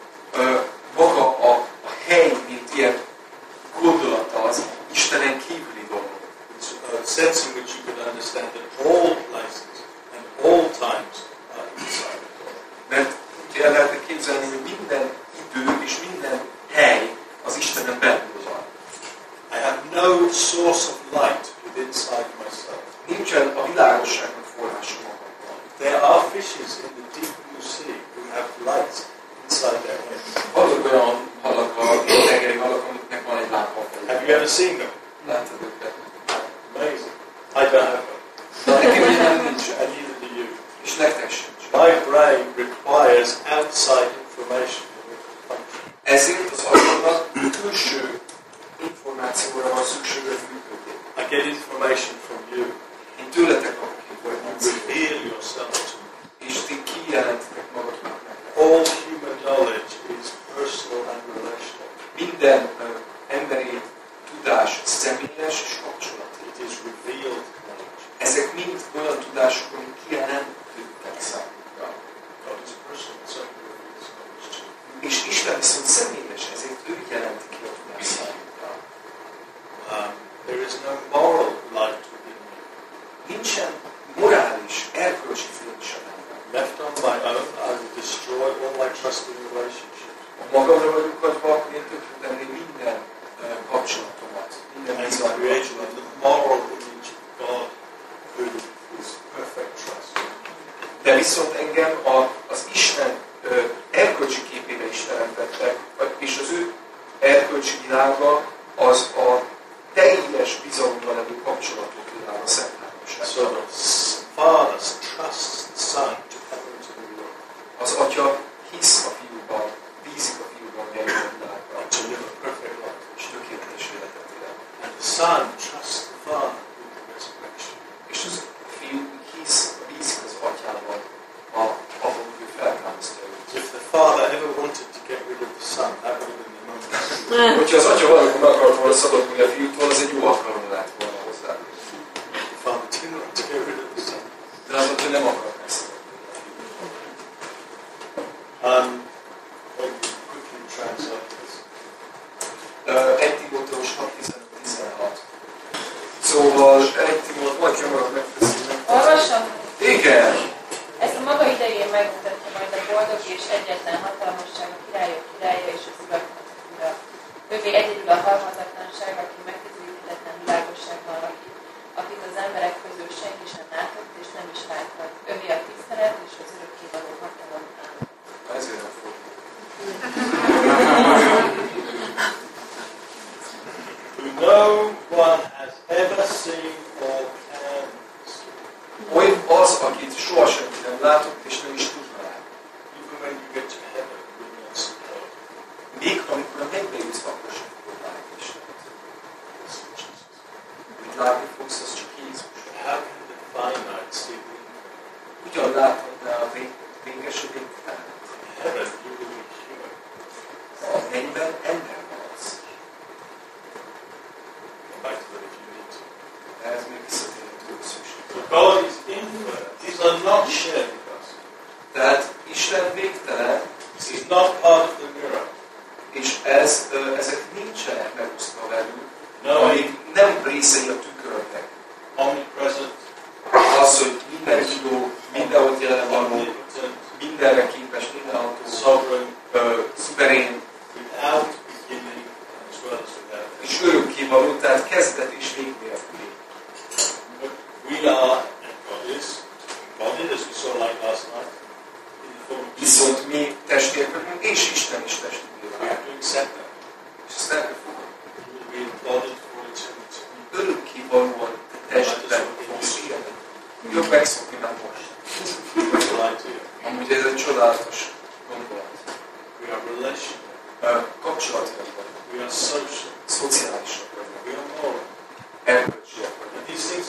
S2: Maga a hely, mint ilyen gondolata az Istenen kívüli dolog.
S1: It's a sense in which you can understand that all places and all times are inside God.
S2: Mert el lehetne képzelni, hogy minden idő és minden hely az Istenen belül van.
S1: I have no source of light within inside myself.
S2: Nincsen a világosságnak forrása magamban.
S1: There are fishes in the deep blue sea who have light inside their heads.
S2: Vannak olyan halak, a tengeri halak, amiknek van egy lámpa a fejében.
S1: Have you ever seen them?
S2: Láttad őket?
S1: Amazing. I don't have them.
S2: Nekem ugye nincs,
S1: And neither do you.
S2: és nektek sincs.
S1: My brain requires outside information in order to function.
S2: Ezért az agyamnak külső információra van szüksége, hogy működjék.
S1: I get information from you.
S2: Én tőletek kapok
S1: You
S2: információt,
S1: reveal yourself to me.
S2: és ti kijelentitek magatoknak nekem.
S1: All human knowledge is personal and relational.
S2: Minden emberi tudás személyes és kapcsolati.
S1: It is revealed knowledge.
S2: Ezek mind olyan tudások, amik kijelentődtek számunkra.
S1: God is personal, so he reveals knowledge to you.
S2: És Isten viszont személyes, ezért ő jelenti ki a tudás számunkra.
S1: There is no moral light within me.
S2: Nincsen morális, erkölcsi fény sem bennem.
S1: Left on my own, I will destroy all my trusting relationships.
S2: Ha magamra vagyok adva, akkor én tönkretenni minden kapcsolatomat, minden
S1: And
S2: bizalmat.
S1: creation of the moral image of God, who is perfect trust.
S2: De viszont engem az Isten erkölcsi képére is teremtettek, és az ő erkölcsi világa az a teljes bizalommal levő kapcsolatok világa, szent
S1: So
S2: háromság.
S1: the Father trusts the Son to come into the world
S2: Az Atya hisz a Fiúban, bízik a Fiúban, hogy eljön a világra,
S1: and to live a perfect life.
S2: és tökéletes életet él.
S1: And the Son trusts the Father with the resurrection.
S2: És az Fiú bízik az Atyában, abban, hogy ő feltámasztja őt.
S1: If the Father ever wanted to get rid of the Son, that would have been the moment.
S2: Hogyha az Atya valamikor meg akart volna szabadulni a Fiútól, az egy jó alkalom lett volna hozzá.
S1: The Father didn't want to get rid of the Son.
S2: De az Atya nem akart megszabadulni a Fiútól.
S1: Let me quickly translate this.
S2: 1 Timóteus 6:15-16. Szóval 1 Timóteus, majd hamarabb megfeszülnek.
S8: Olvasom?
S2: Igen!
S8: Ezt a maga idején megmutatta majd a boldog és egyetlen hatalmasság, a királyok királya és az uraknak ura. Ővé egyedül a halmazatlanság, aki megközelíthetetlen világosságban lakik, akit az emberek közül senki sem látott és nem is láthat. Ővé a tisztelet és az örökkévaló hatalom.
S2: Ezért nem fog.
S1: Who no one has ever seen or can see.
S2: Olyan az, akit soha senki nem látott és nem is tudna látni.
S1: Even when you get to heaven, you will not see God.
S2: Még amikor a mennybe jutsz, akkor sem fogod látni Istent.
S1: This is Jesus.
S2: Amit látni fogsz, az csak Jézus.
S1: How can the finite see the infinite?
S2: Ugyan láthatná a véges a végtelen.
S1: In heaven, you will be human.
S2: A mennyben ember maradsz.
S1: Come back to that if you need to.
S2: Ez még visszatérhető szükség.
S1: So God is infinite. These are not shared with us.
S2: Tehát Isten végtelen,
S1: This is not part of the mirror.
S2: és ezek nincsenek megosztva velünk,
S1: No,
S2: amik nem részei a tükörnek.
S1: omnipresent,
S2: Az, hogy minden tudó, mindenhol jelen van,
S1: omnipotent,
S2: mindenre képes, mindenható,
S1: sovereign,
S2: szuverén,
S1: without beginning as well as without end.
S2: és örökkévaló, tehát kezdet és vég nélküli.
S1: But we are, and God is, embodied, as we saw like last night, in the form of Jesus.
S2: Viszont mi testvérek vagyunk, és Isten is testvérek.
S1: We have to accept that.
S2: És ezt el kell fogadni.
S1: We will be embodied for eternity.
S2: Örökkévalóan testben fogsz élni. Jobb megszokni már most.
S1: Wonderful idea.
S2: Amúgy ez egy csodálatos gondolat.
S1: We are relational.
S2: Kapcsolatilag vagyunk,
S1: We are social.
S2: szociálisak vagyunk,
S1: We are moral.
S2: erkölcsiek vagyunk.
S1: And these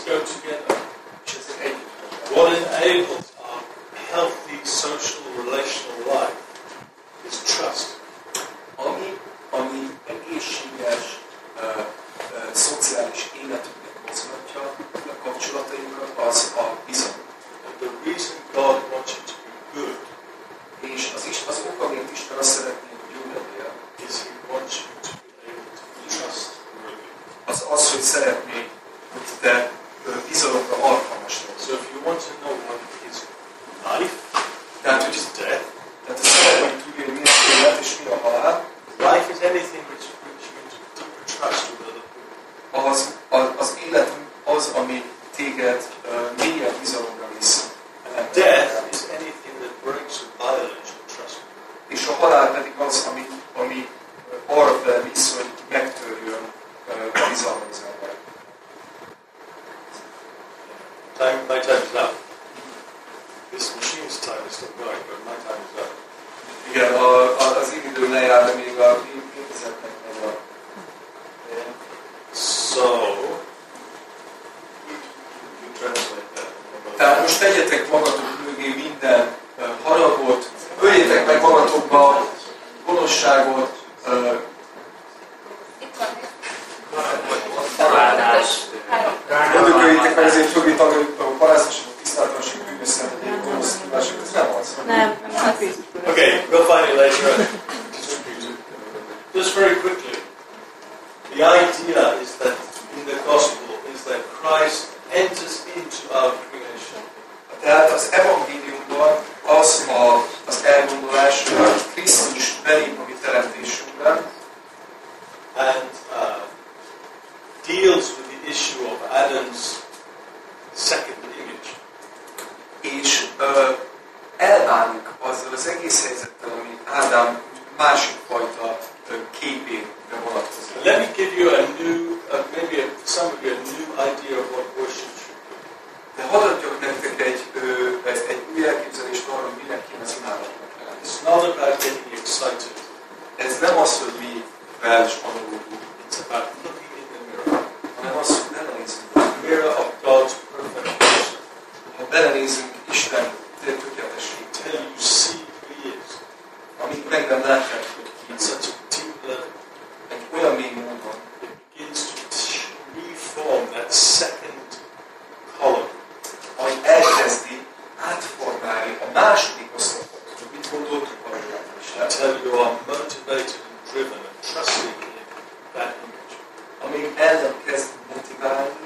S1: go together.
S2: és ezek együtt vannak.
S1: What enables our healthy social relational life is trust.
S2: Ami egészséges szociális életünket mozgatja, a kapcsolatainkat, az a bizalom.
S1: And the reason God wants you to be good
S2: És az ok, amiért Isten azt szeretné, hogy jó legyél,
S1: is He wants you to be able to be trustworthy.
S2: az, hogy szeretné, hogy te bizalomra alkalmas vagy.
S1: So if you want to know what is life,
S2: Tehát,
S1: what
S2: hogy
S1: is death,
S2: tehát ha szeretnénk tudni, hogy mi az élet és mi a halál,
S1: life is anything which brings you into deeper trust with other people.
S2: az élet az, ami téged mélyebb bizalomra visz.
S1: And death is anything that breaks or violates your trust.
S2: És a halál pedig az, ami arra felvisz, hogy megtörjön a bizalmat az ember.
S1: My time is up. This machine's time is still going, but my time is up.
S2: Igen, az én időm lejár, de még a képezetnek megvan.
S1: So, you translate that.
S2: Tehát most tegyetek magatok mögé minden haragot, öljétek meg magatokba gonoszságot,
S6: Itt van.
S2: öldököljétek meg azért mögé tagadjuk paráztaság, tisztátalanság, bűnösszenvedély, gonosz kívánság, ez nem az.
S4: Nem, nem Krisztus.
S1: Okay, we'll find it later on. Distribute it. Just very quickly, the idea is that in the gospel is that Christ enters into our creation.
S2: Tehát az evangéliumban az elgondolás, hogy Krisztus belép a mi teremtésünkben,
S1: And deals with the issue of Adam's second image.
S2: és elbánik azzal az egész helyzettel, ami Ádám másik fajta képére vonatkozik.
S1: Let me give you a new, maybe for some of you, a new idea of what worship should be.
S2: De hadd adjak nektek egy új elképzelést arra, hogy minek kéne az imádatnak lenni.
S1: It's not about getting excited.
S2: Ez nem az, hogy mi felspanyolódunk,
S1: It's about looking in the mirror.
S2: hanem az, hogy belenézünk.
S1: The mirror of God's perfect person.
S2: Ha belenézünk Isten tökéletességét,
S1: Till you see who He is.
S2: amíg meg nem látják, hogy ki
S1: At such a deep level.
S2: egy olyan mély módon,
S1: It begins to reform that second column.
S2: ami elkezdi átformálni a második oszlopot, hogy mit gondoltuk valójában Isten.
S1: Until you are motivated and driven and trusting in that image.
S2: Amíg el nem kezd motiválni,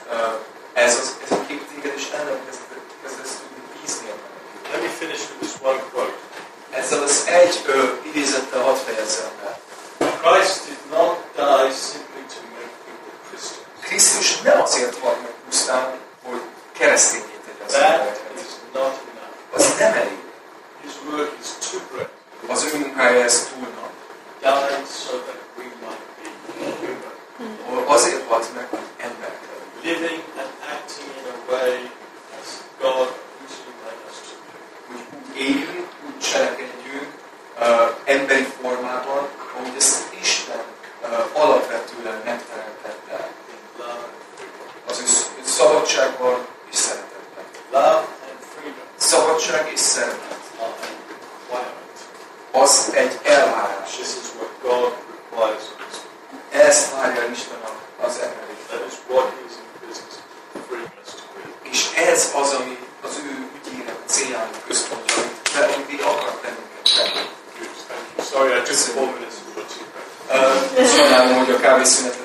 S2: ez a kép téged, és el nem kezdesz tudni bízni ebben.
S1: Let me finish with this one quote.
S2: Ezzel az egy idézettel hadd fejezzem be.
S1: Christ did not die simply to make people Christians.
S2: Krisztus nem azért halt meg pusztán, hogy keresztényé tegye az
S1: That
S2: embereket.
S1: is not enough.
S2: Az nem elég.
S1: His work is too great.
S2: Az ő munkája ez túl nagy.
S1: Died so that we might be human.
S2: Azért halt meg, hogy emberek legyünk.
S1: Living and acting in a way as God originally made us to do.
S2: Hogy úgy éljünk, úgy cselekedjünk emberi formában, ahogy ezt Isten alapvetően megteremtette.
S1: In love and freedom.
S2: Az ő szabadságban és szeretetben.
S1: Love and freedom
S2: Szabadság és szeretet.
S1: are a requirement.
S2: Az egy elvárás.
S1: This is what God requires of us.
S2: Ezt várja Isten az emberi.
S1: That is what He is in the business of freeing us to be.
S2: És ez az, ami az ő ügyének, céljának központja, amit mi akar bennünket tenni.
S1: Thank you. Sorry, I took 4 minutes to put you back.
S2: Sajnálom, hogy a kávészünet